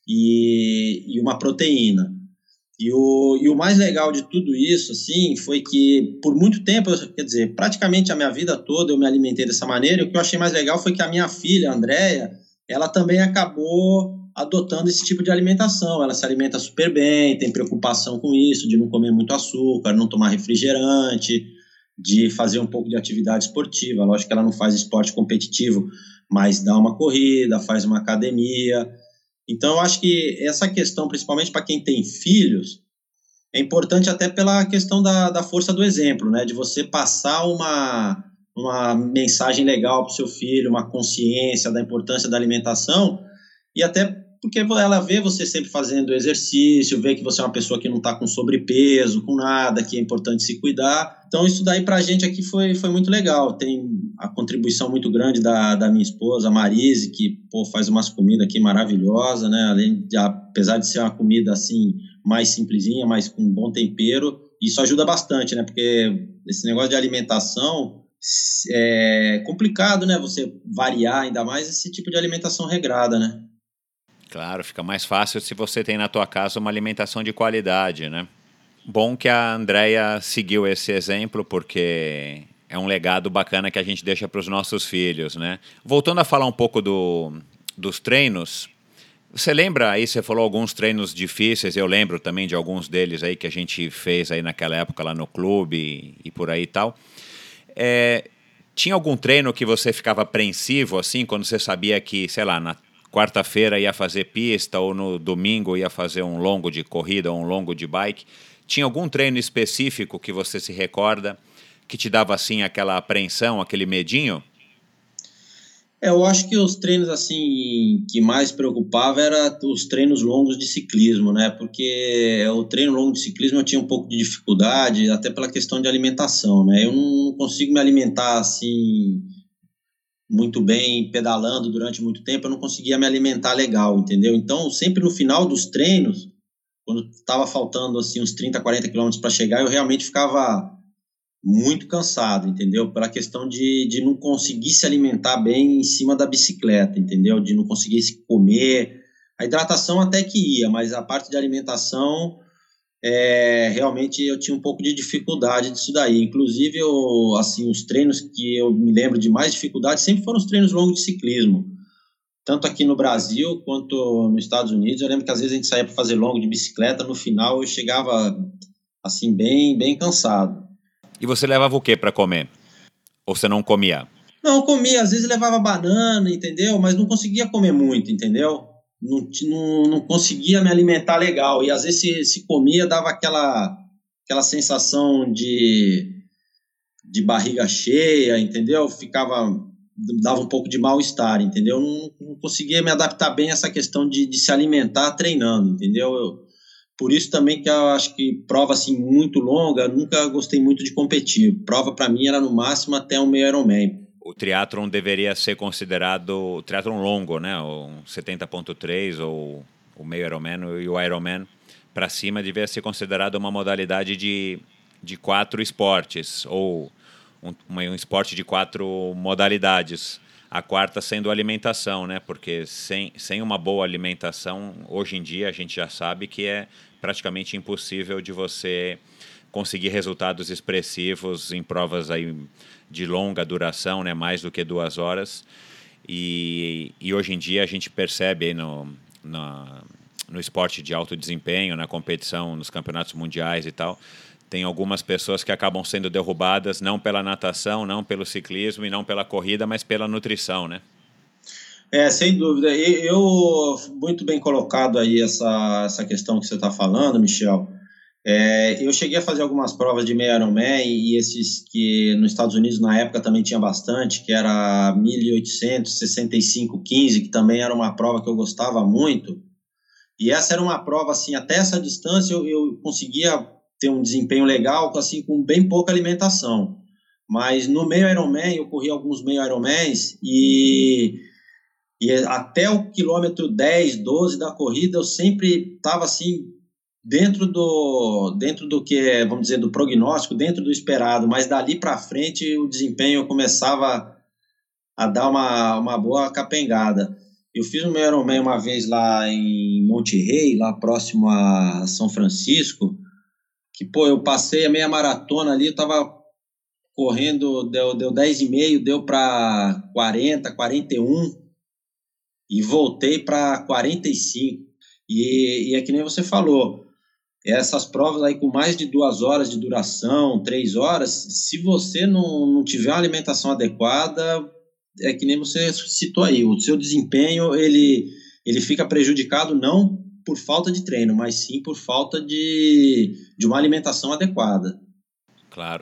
e uma proteína. E o mais legal de tudo isso assim foi que por muito tempo, quer dizer, praticamente a minha vida toda eu me alimentei dessa maneira. E o que eu achei mais legal foi que a minha filha, a Andréia, ela também acabou adotando esse tipo de alimentação. Ela se alimenta super bem, tem preocupação com isso, de não comer muito açúcar, não tomar refrigerante, de fazer um pouco de atividade esportiva. Lógico que ela não faz esporte competitivo, mas dá uma corrida, faz uma academia. Então, eu acho que essa questão, principalmente para quem tem filhos, é importante até pela questão da força do exemplo, né? De você passar uma mensagem legal para o seu filho, uma consciência da importância da alimentação, e até porque ela vê você sempre fazendo exercício, vê que você é uma pessoa que não está com sobrepeso, com nada, que é importante se cuidar. Então isso daí para a gente aqui foi muito legal. Tem a contribuição muito grande da minha esposa, a Marise, que faz umas comidas aqui maravilhosas, né? Apesar de ser uma comida assim mais simplesinha, mais com bom tempero. Isso ajuda bastante, né? Porque esse negócio de alimentação é complicado, né? Você variar ainda mais esse tipo de alimentação regrada, né? Claro, fica mais fácil se você tem na tua casa uma alimentação de qualidade, né? Bom que a Andrea seguiu esse exemplo, porque é um legado bacana que a gente deixa para os nossos filhos, né? Voltando a falar um pouco dos treinos, você lembra aí, você falou alguns treinos difíceis, eu lembro também de alguns deles aí que a gente fez aí naquela época lá no clube e por aí e tal. Tinha algum treino que você ficava apreensivo, assim, quando você sabia que, sei lá, na quarta-feira ia fazer pista ou no domingo ia fazer um longo de corrida ou um longo de bike? Tinha algum treino específico que você se recorda que te dava, assim, aquela apreensão, aquele medinho? Eu acho que os treinos assim que mais preocupava era os treinos longos de ciclismo, né? Porque o treino longo de ciclismo eu tinha um pouco de dificuldade, até pela questão de alimentação, né? Eu não consigo me alimentar assim muito bem pedalando durante muito tempo, eu não conseguia me alimentar legal, entendeu? Então, sempre no final dos treinos, quando estava faltando assim uns 30, 40 quilômetros para chegar, eu realmente ficava muito cansado, entendeu? Pela questão de não conseguir se alimentar bem em cima da bicicleta, entendeu? De não conseguir se comer. A hidratação até que ia, mas a parte de alimentação, realmente eu tinha um pouco de dificuldade disso daí. Inclusive, assim, os treinos que eu me lembro de mais dificuldade sempre foram os treinos longos de ciclismo. Tanto aqui no Brasil quanto nos Estados Unidos. Eu lembro que às vezes a gente saía para fazer longo de bicicleta, no final eu chegava assim bem, bem cansado. E você levava o que para comer? Ou você não comia? Não, eu comia, às vezes levava banana, entendeu? Mas não conseguia comer muito, entendeu? Não conseguia me alimentar legal. E às vezes se comia, dava aquela sensação de barriga cheia, entendeu? Dava um pouco de mal-estar, entendeu? Não conseguia me adaptar bem a essa questão de se alimentar treinando, entendeu? Por isso também que eu acho que prova assim muito longa, eu nunca gostei muito de competir. Prova para mim era no máximo até um meio Ironman. O triatlon deveria ser considerado o triatlon longo, né? O 70.3 ou o meio Ironman e o Ironman para cima deveria ser considerado uma modalidade de 4 esportes ou um esporte de 4 modalidades. A quarta sendo a alimentação, né? Porque sem uma boa alimentação, hoje em dia a gente já sabe que é praticamente impossível de você conseguir resultados expressivos em provas aí de longa duração, né? Mais do que 2 horas. E hoje em dia a gente percebe aí no esporte de alto desempenho, na competição, nos campeonatos mundiais e tal, tem algumas pessoas que acabam sendo derrubadas não pela natação, não pelo ciclismo e não pela corrida, mas pela nutrição, né? Sem dúvida. Muito bem colocado aí essa questão que você está falando, Michel. Eu cheguei a fazer algumas provas de meio Ironman e esses que nos Estados Unidos na época também tinha bastante, que era 1.800, 65,15, que também era uma prova que eu gostava muito. E essa era uma prova, assim, até essa distância eu conseguia ter um desempenho legal, assim, com bem pouca alimentação. Mas no meio Ironman, eu corri alguns meio Ironmans e até o quilômetro 10, 12 da corrida, eu sempre estava, assim, dentro do que é, vamos dizer, do prognóstico, dentro do esperado, mas dali para frente o desempenho começava a dar uma boa capengada. Eu fiz um Ironman uma vez lá em Monte Rei, lá próximo a São Francisco, que, pô, eu passei a meia maratona ali, eu tava correndo, deu 10,5, deu para 40, 41 e voltei para 45. E é que nem você falou, essas provas aí com mais de 2 horas de duração, 3 horas, se você não tiver uma alimentação adequada, é que nem você citou aí, o seu desempenho ele fica prejudicado não por falta de treino, mas sim por falta de uma alimentação adequada. Claro.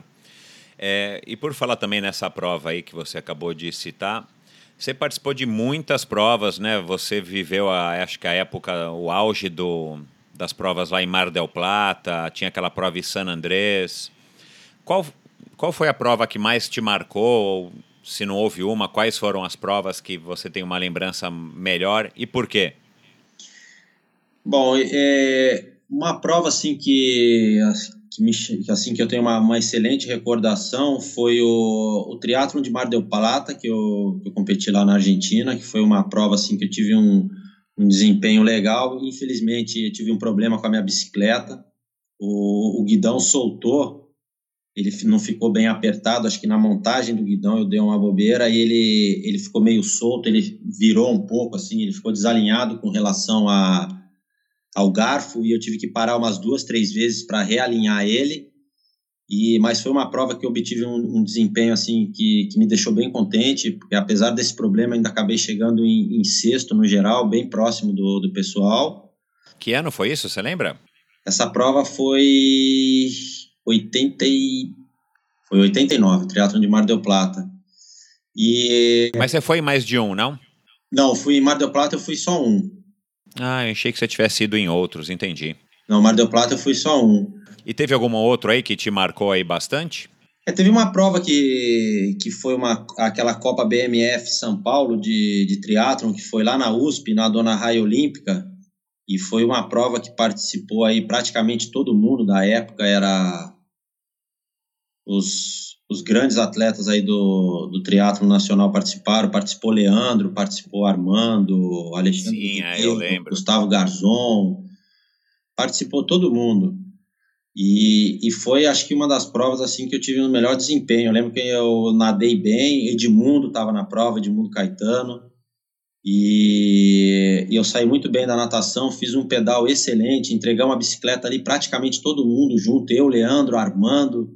E por falar também nessa prova aí que você acabou de citar, você participou de muitas provas, né? Você viveu, acho que a época, o auge das provas lá em Mar del Plata, tinha aquela prova em San Andrés. Qual foi a prova que mais te marcou? Ou, se não houve uma, quais foram as provas que você tem uma lembrança melhor e por quê? Bom, uma prova assim que eu tenho uma excelente recordação foi o triatlon de Mar del Plata, que eu competi lá na Argentina, que foi uma prova assim que eu tive um desempenho legal. Infelizmente eu tive um problema com a minha bicicleta, o guidão soltou, ele não ficou bem apertado, acho que na montagem do guidão eu dei uma bobeira e ele ficou meio solto, ele virou um pouco assim, ele ficou desalinhado com relação ao garfo, e eu tive que parar umas 2, 3 vezes para realinhar ele, mas foi uma prova que eu obtive um desempenho assim que me deixou bem contente, porque apesar desse problema ainda acabei chegando em sexto no geral, bem próximo do pessoal. Que ano foi isso, você lembra? Essa prova foi 89, triatlon de Mar del Plata. Mas você foi em mais de um, não? Não, fui em Mar del Plata, eu fui só um. Ah, eu achei que você tivesse ido em outros, entendi. Não, Mar del Plata eu fui só um. E teve algum outro aí que te marcou aí bastante? Teve uma prova que foi aquela Copa BMF São Paulo de triatlon, que foi lá na USP, na Dona Raia Olímpica, e foi uma prova que participou aí praticamente todo mundo da época, era os grandes atletas aí do triatlon nacional participou Leandro, participou Armando, Alexandre. Sim, eu lembro. Gustavo Garzon, participou todo mundo. E foi, acho que uma das provas assim que eu tive o melhor desempenho. Eu lembro que eu nadei bem, Edmundo estava na prova, Edmundo Caetano, e eu saí muito bem da natação, fiz um pedal excelente, entregamos a bicicleta ali praticamente todo mundo junto, eu, Leandro, Armando,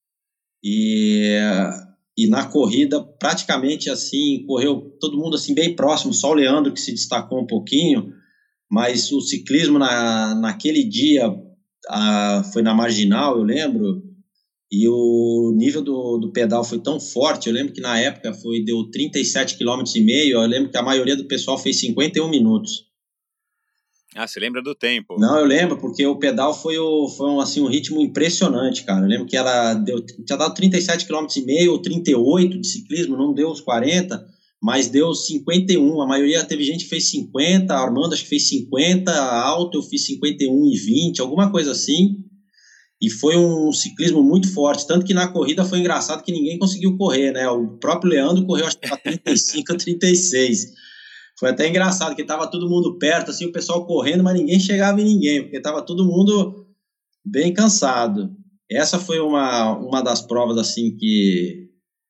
e na corrida praticamente assim, correu todo mundo assim bem próximo, só o Leandro que se destacou um pouquinho, mas o ciclismo naquele dia foi na Marginal, eu lembro, e o nível do pedal foi tão forte. Eu lembro que na época deu 37,5 km, eu lembro que a maioria do pessoal fez 51 minutos. Ah, você lembra do tempo? Não, eu lembro, porque o pedal foi um ritmo impressionante, cara. Eu lembro que tinha dado 37,5 km ou 38 de ciclismo, não deu os 40, mas deu 51. A maioria teve gente que fez 50, a Armando acho que fez 50, a Alto eu fiz 51,20, alguma coisa assim. E foi um ciclismo muito forte, tanto que na corrida foi engraçado que ninguém conseguiu correr, né? O próprio Leandro correu acho que para 35, 36. Foi até engraçado, que estava todo mundo perto, assim, o pessoal correndo, mas ninguém chegava em ninguém, porque estava todo mundo bem cansado. Essa foi uma das provas, assim, que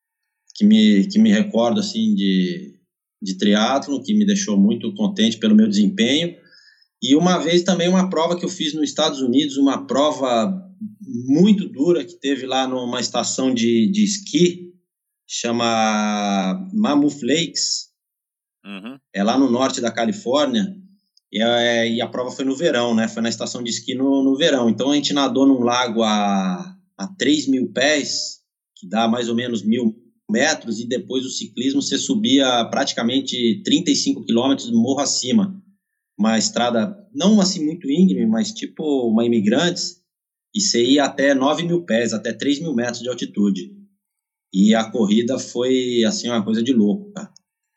me recordo, assim, de triatlon, que me deixou muito contente pelo meu desempenho. E uma vez também uma prova que eu fiz nos Estados Unidos, uma prova muito dura que teve lá numa estação de esqui, chama Mammoth Lakes. Uhum. É lá no norte da Califórnia, e a prova foi no verão, né? Foi na estação de esqui no verão. Então a gente nadou num lago a 3.000 pés, que dá mais ou menos 1.000 metros, e depois o ciclismo você subia praticamente 35 quilômetros morro acima. Uma estrada não assim muito íngreme, mas tipo uma Imigrantes, e você ia até 9.000 pés, até 3.000 metros de altitude. E a corrida foi assim uma coisa de louco, cara.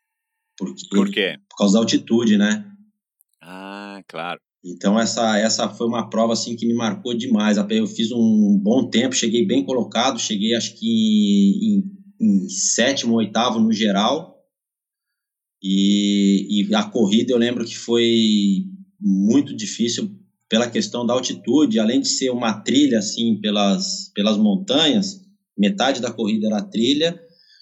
Por quê? Por causa da altitude, né? Ah, claro. Então essa foi uma prova assim que me marcou demais. Eu fiz um bom tempo, cheguei bem colocado, cheguei acho que em sétimo, oitavo no geral. E a corrida eu lembro que foi muito difícil pela questão da altitude, além de ser uma trilha assim pelas montanhas, metade da corrida era trilha,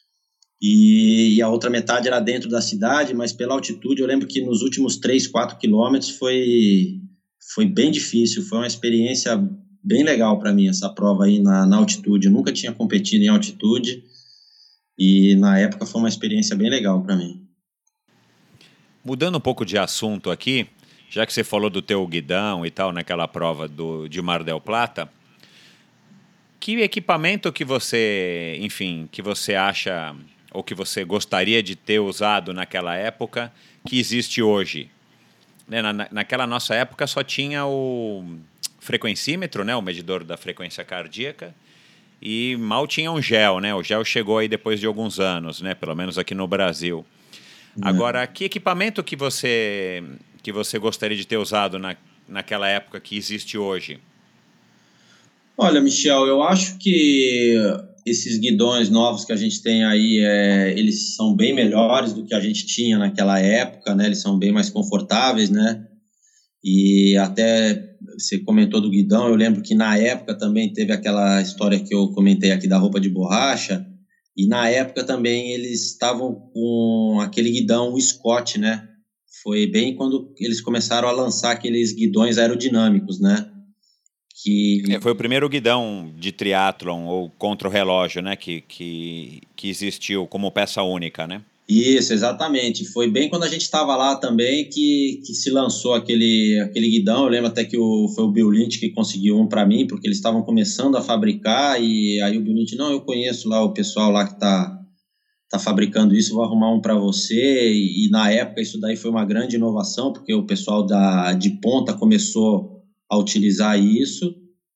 e a outra metade era dentro da cidade, mas pela altitude eu lembro que nos últimos 3, 4 quilômetros foi bem difícil. Foi uma experiência bem legal para mim essa prova aí na altitude. Eu nunca tinha competido em altitude e na época foi uma experiência bem legal para mim. Mudando um pouco de assunto aqui, já que você falou do teu guidão e tal naquela prova de Mar del Plata, que equipamento que você, enfim, que você acha ou que você gostaria de ter usado naquela época que existe hoje? Né? Naquela nossa época só tinha o frequencímetro, né? O medidor da frequência cardíaca, e mal tinha um gel, né? O gel chegou aí depois de alguns anos, né? Pelo menos aqui no Brasil. Agora, que equipamento que você gostaria de ter usado naquela época que existe hoje? Olha, Michel, eu acho que esses guidões novos que a gente tem aí, eles são bem melhores do que a gente tinha naquela época, né? Eles são bem mais confortáveis, né? E até você comentou do guidão, eu lembro que na época também teve aquela história que eu comentei aqui da roupa de borracha, e na época também eles estavam com aquele guidão, o Scott, né? Foi bem quando eles começaram a lançar aqueles guidões aerodinâmicos, né? Foi o primeiro guidão de triatlon ou contra o relógio, né, que existiu como peça única, né? Isso, exatamente. Foi bem quando a gente estava lá também que se lançou aquele guidão. Eu lembro até que foi o Bill Lynch que conseguiu um para mim, porque eles estavam começando a fabricar, e aí o Bill Lynch, não, eu conheço lá o pessoal lá que tá fabricando isso, vou arrumar um para você. E na época isso daí foi uma grande inovação, porque o pessoal de ponta começou a utilizar isso.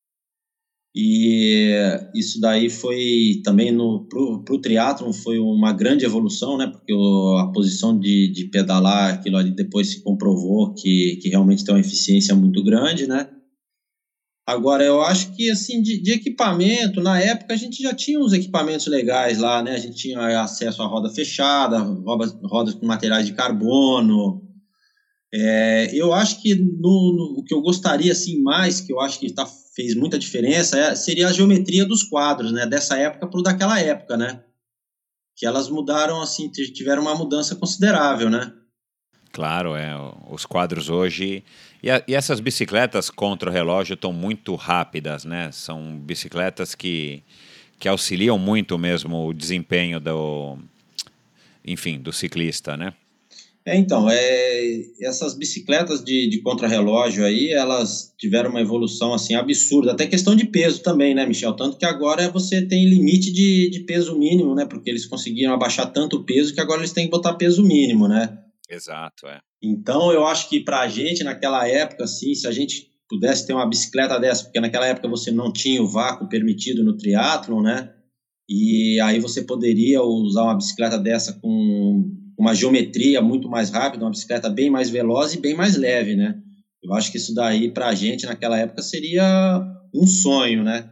E isso daí foi também pro triatlon foi uma grande evolução, né? Porque a posição de pedalar, aquilo ali depois se comprovou que realmente tem uma eficiência muito grande, né? Agora, eu acho que, assim, de equipamento, na época a gente já tinha uns equipamentos legais lá, né? A gente tinha acesso à roda fechada, rodas com materiais de carbono. Eu acho que o que eu gostaria, assim, mais, que eu acho que fez muita diferença, seria a geometria dos quadros, né? Dessa época para o daquela época, né? Que elas mudaram, assim, tiveram uma mudança considerável, né? Claro, os quadros hoje... E essas bicicletas contra o relógio estão muito rápidas, né? São bicicletas que auxiliam muito mesmo o desempenho do ciclista, né? Então, essas bicicletas de contrarrelógio aí, elas tiveram uma evolução, assim, absurda. Até questão de peso também, né, Michel? Tanto que agora você tem limite de peso mínimo, né? Porque eles conseguiram abaixar tanto o peso que agora eles têm que botar peso mínimo, né? Exato, Então, eu acho que pra gente, naquela época, assim, se a gente pudesse ter uma bicicleta dessa, porque naquela época você não tinha o vácuo permitido no triatlon, né? E aí você poderia usar uma bicicleta dessa com uma geometria muito mais rápida, uma bicicleta bem mais veloz e bem mais leve, né? Eu acho que isso daí, pra gente, naquela época, seria um sonho, né?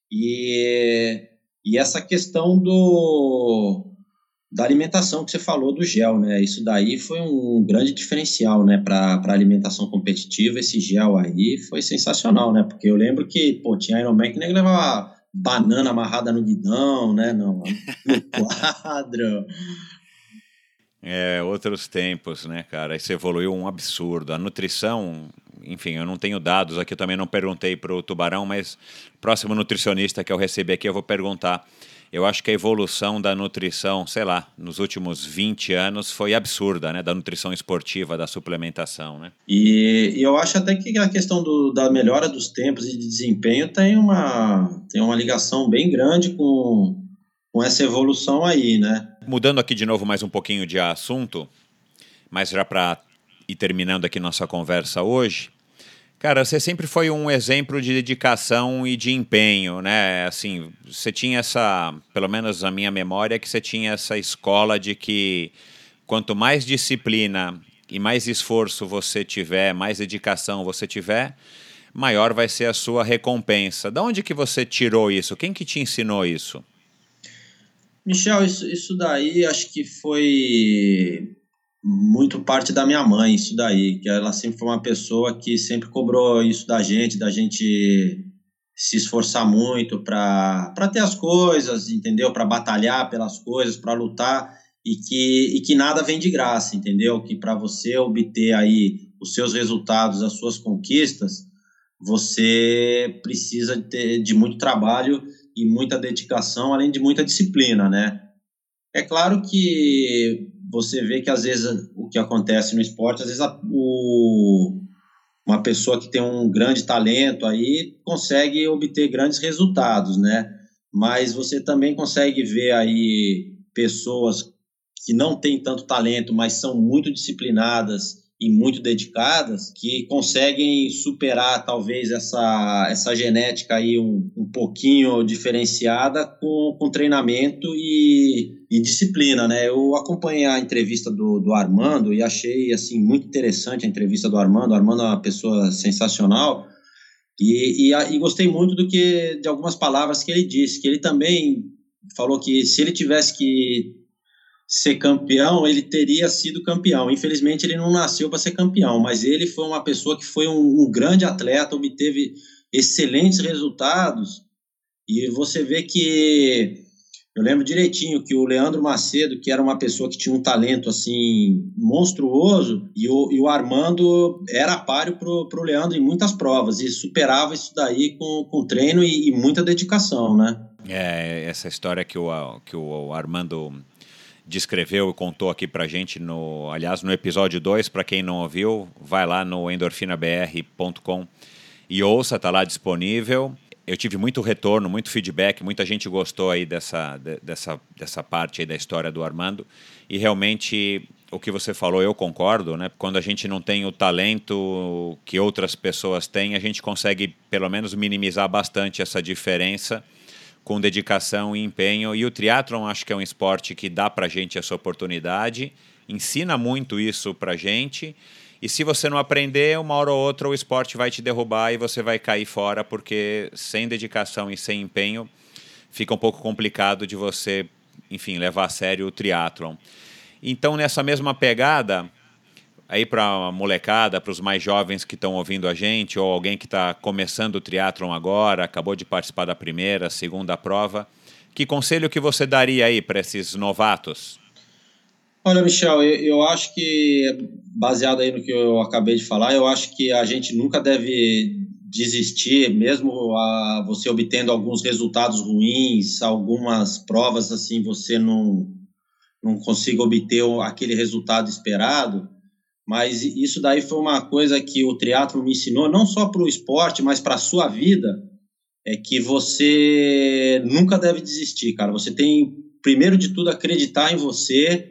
E essa questão da alimentação que você falou do gel, né? Isso daí foi um grande diferencial, né? Para alimentação competitiva, esse gel aí foi sensacional, né? Porque eu lembro que, pô, tinha Ironman que nem levava banana amarrada no guidão, né? No quadro. Outros tempos, né, cara? Isso evoluiu um absurdo. A nutrição, enfim, eu não tenho dados aqui, eu também não perguntei para o Tubarão, mas próximo nutricionista que eu recebi aqui eu vou perguntar. Eu acho que a evolução da nutrição, sei lá, nos últimos 20 anos foi absurda, né? Da nutrição esportiva, da suplementação, né? E eu acho até que a questão da melhora dos tempos e de desempenho tem uma ligação bem grande com essa evolução aí, né? Mudando aqui de novo mais um pouquinho de assunto, mas já para ir terminando aqui nossa conversa hoje, cara, você sempre foi um exemplo de dedicação e de empenho, né? Assim, você tinha pelo menos na minha memória, que você tinha essa escola de que quanto mais disciplina e mais esforço você tiver, mais dedicação você tiver, maior vai ser a sua recompensa. Da onde que você tirou isso? Quem que te ensinou isso? Michel, isso daí acho que foi muito parte da minha mãe, isso daí, que ela sempre foi uma pessoa que sempre cobrou isso da gente se esforçar muito para ter as coisas, entendeu? Para batalhar pelas coisas, para lutar, e que nada vem de graça, entendeu? Que para você obter aí os seus resultados, as suas conquistas, você precisa de muito trabalho e muita dedicação, além de muita disciplina, né? É claro que você vê que às vezes o que acontece no esporte, às vezes uma pessoa que tem um grande talento aí consegue obter grandes resultados, né? Mas você também consegue ver aí pessoas que não têm tanto talento, mas são muito disciplinadas e muito dedicadas, que conseguem superar talvez essa genética aí um pouquinho diferenciada com treinamento e disciplina, né? Eu acompanhei a entrevista do Armando e achei assim muito interessante a entrevista do Armando. O Armando é uma pessoa sensacional e gostei muito de algumas palavras que ele disse, que ele também falou que se ele tivesse que ser campeão, ele teria sido campeão. Infelizmente, ele não nasceu para ser campeão, mas ele foi uma pessoa que foi um grande atleta, obteve excelentes resultados, e você vê que, eu lembro direitinho que o Leandro Macedo, que era uma pessoa que tinha um talento assim monstruoso, e o Armando era páreo pro Leandro em muitas provas, e superava isso daí com treino e muita dedicação, né? Essa história que o Armando descreveu e contou aqui pra gente, aliás, no episódio 2, para quem não ouviu, vai lá no endorfinabr.com e ouça, tá lá disponível. Eu tive muito retorno, muito feedback, muita gente gostou aí dessa parte aí da história do Armando, e realmente o que você falou eu concordo, né? Quando a gente não tem o talento que outras pessoas têm, a gente consegue pelo menos minimizar bastante essa diferença com dedicação e empenho, e o triatlon acho que é um esporte que dá pra gente essa oportunidade, ensina muito isso pra gente, e se você não aprender, uma hora ou outra o esporte vai te derrubar e você vai cair fora, porque sem dedicação e sem empenho fica um pouco complicado de você, enfim, levar a sério o triatlon. Então, nessa mesma pegada, aí para a molecada, para os mais jovens que estão ouvindo a gente, ou alguém que está começando o triatlon agora, acabou de participar da primeira, segunda prova, que conselho que você daria aí para esses novatos? Olha, Michel, eu acho que, baseado aí no que eu acabei de falar, eu acho que a gente nunca deve desistir, mesmo você obtendo alguns resultados ruins, algumas provas assim, você não consiga obter aquele resultado esperado. Mas isso daí foi uma coisa que o triatlo me ensinou, não só para o esporte, mas para a sua vida, é que você nunca deve desistir, cara. Você tem, primeiro de tudo, acreditar em você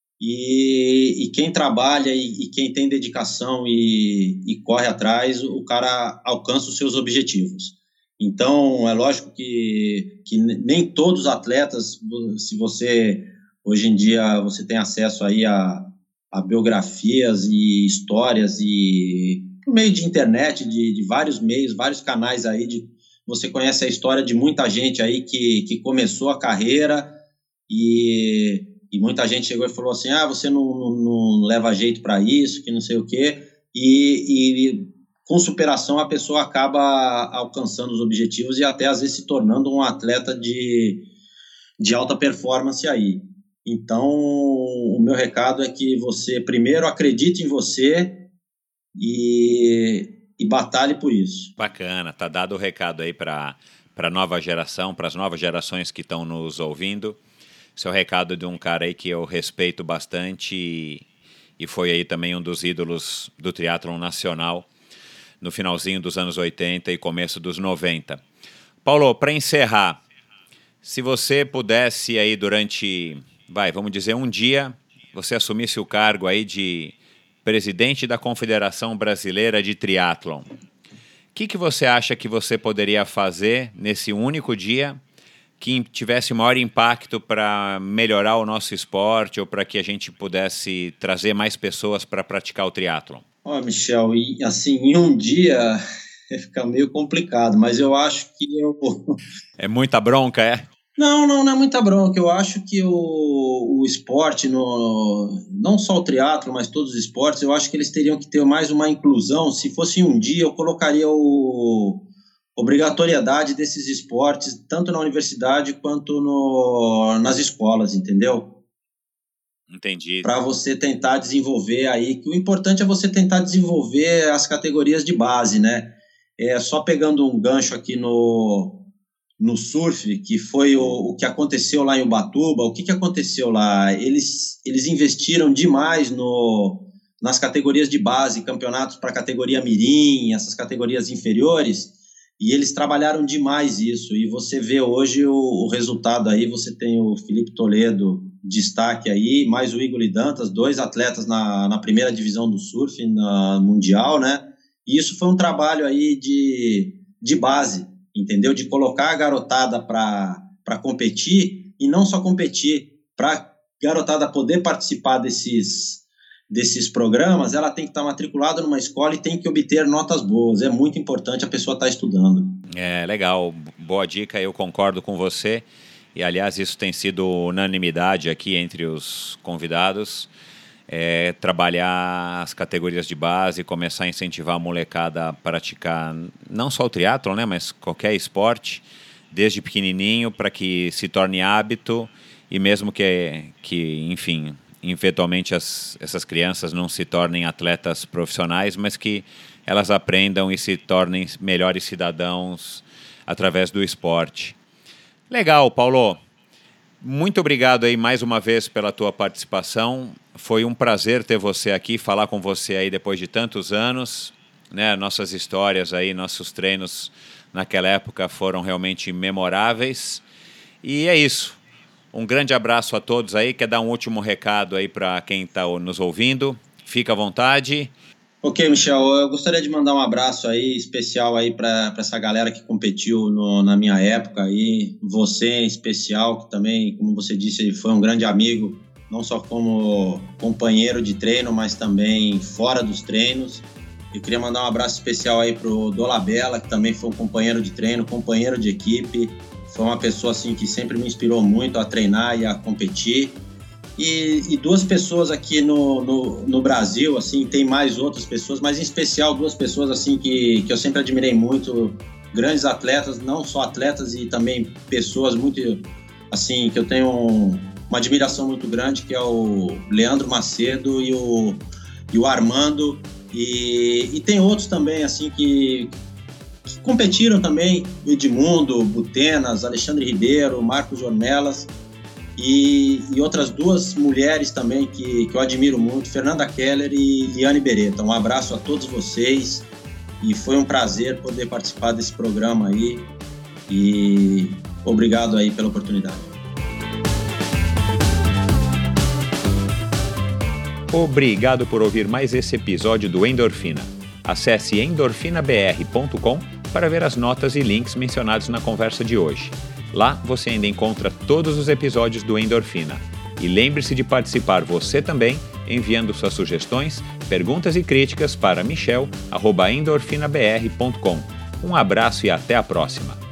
e quem trabalha e quem tem dedicação e corre atrás, o cara alcança os seus objetivos. Então, é lógico que nem todos os atletas, se você, hoje em dia, você tem acesso aí a biografias e histórias e por meio de internet, de vários meios, vários canais aí, você conhece a história de muita gente aí que começou a carreira e muita gente chegou e falou assim, você não leva jeito para isso, que não sei o quê, e com superação a pessoa acaba alcançando os objetivos e até às vezes se tornando um atleta de alta performance aí. Então, o meu recado é que você primeiro acredite em você e batalhe por isso. Bacana, tá dado o recado aí para a nova geração, para as novas gerações que estão nos ouvindo. Esse é o recado de um cara aí que eu respeito bastante e foi aí também um dos ídolos do triatlon nacional no finalzinho dos anos 80 e começo dos 90. Paulo, para encerrar, se você pudesse aí durante... vamos dizer, um dia você assumisse o cargo aí de presidente da Confederação Brasileira de Triatlon. O que você acha que você poderia fazer nesse único dia que tivesse maior impacto para melhorar o nosso esporte ou para que a gente pudesse trazer mais pessoas para praticar o triatlon? Michel, assim, em um dia fica meio complicado, mas eu acho que É muita bronca, é? Não é muita bronca. Eu acho que o esporte, não só o triatlo, mas todos os esportes, eu acho que eles teriam que ter mais uma inclusão. Se fosse um dia, eu colocaria obrigatoriedade desses esportes, tanto na universidade quanto nas escolas, entendeu? Entendi. Para você tentar desenvolver aí, que o importante é você tentar desenvolver as categorias de base, né? Só pegando um gancho aqui no surf, que foi o que aconteceu lá em Ubatuba. O que aconteceu lá? Eles investiram demais nas categorias de base, campeonatos para categoria mirim, essas categorias inferiores, e eles trabalharam demais isso, e você vê hoje o resultado aí. Você tem o Felipe Toledo destaque aí, mais o Igor e Dantas, 2 atletas na primeira divisão do surf na mundial, né? E isso foi um trabalho aí de base, entendeu? De colocar a garotada para competir, e não só competir, para garotada poder participar desses programas, ela tem que estar matriculada numa escola e tem que obter notas boas. É muito importante a pessoa estar estudando. Legal, boa dica, eu concordo com você. E, aliás, isso tem sido unanimidade aqui entre os convidados, trabalhar as categorias de base, começar a incentivar a molecada a praticar não só o triatlon, né, mas qualquer esporte, desde pequenininho, para que se torne hábito, e mesmo que enfim, eventualmente essas crianças não se tornem atletas profissionais, mas que elas aprendam e se tornem melhores cidadãos através do esporte. Legal, Paulo. Muito obrigado aí mais uma vez pela tua participação. Foi um prazer ter você aqui, falar com você aí depois de tantos anos, né? Nossas histórias aí, nossos treinos naquela época foram realmente memoráveis. E é isso. Um grande abraço a todos aí. Quer dar um último recado aí para quem está nos ouvindo? Fica à vontade. Ok, Michel, eu gostaria de mandar um abraço aí especial aí para essa galera que competiu na minha época aí, você em especial, que também, como você disse, foi um grande amigo, não só como companheiro de treino, mas também fora dos treinos. Eu queria mandar um abraço especial aí pro Dolabella, que também foi um companheiro de treino, companheiro de equipe, foi uma pessoa assim que sempre me inspirou muito a treinar e a competir. E 2 pessoas aqui no Brasil, assim, tem mais outras pessoas, mas em especial 2 pessoas assim que eu sempre admirei muito, grandes atletas, não só atletas, e também pessoas muito, assim, que eu tenho uma admiração muito grande, que é o Leandro Macedo e o Armando, e tem outros também, assim, que competiram também, o Edmundo, Butenas, Alexandre Ribeiro, Marcos Ornelas, e outras 2 mulheres também que eu admiro muito, Fernanda Keller e Liane Beretta. Um abraço a todos vocês e foi um prazer poder participar desse programa aí, e obrigado aí pela oportunidade. Obrigado por ouvir mais esse episódio do Endorfina. Acesse endorfinabr.com para ver as notas e links mencionados na conversa de hoje. Lá você ainda encontra todos os episódios do Endorfina. E lembre-se de participar você também, enviando suas sugestões, perguntas e críticas para michel@endorfinabr.com. Um abraço e até a próxima!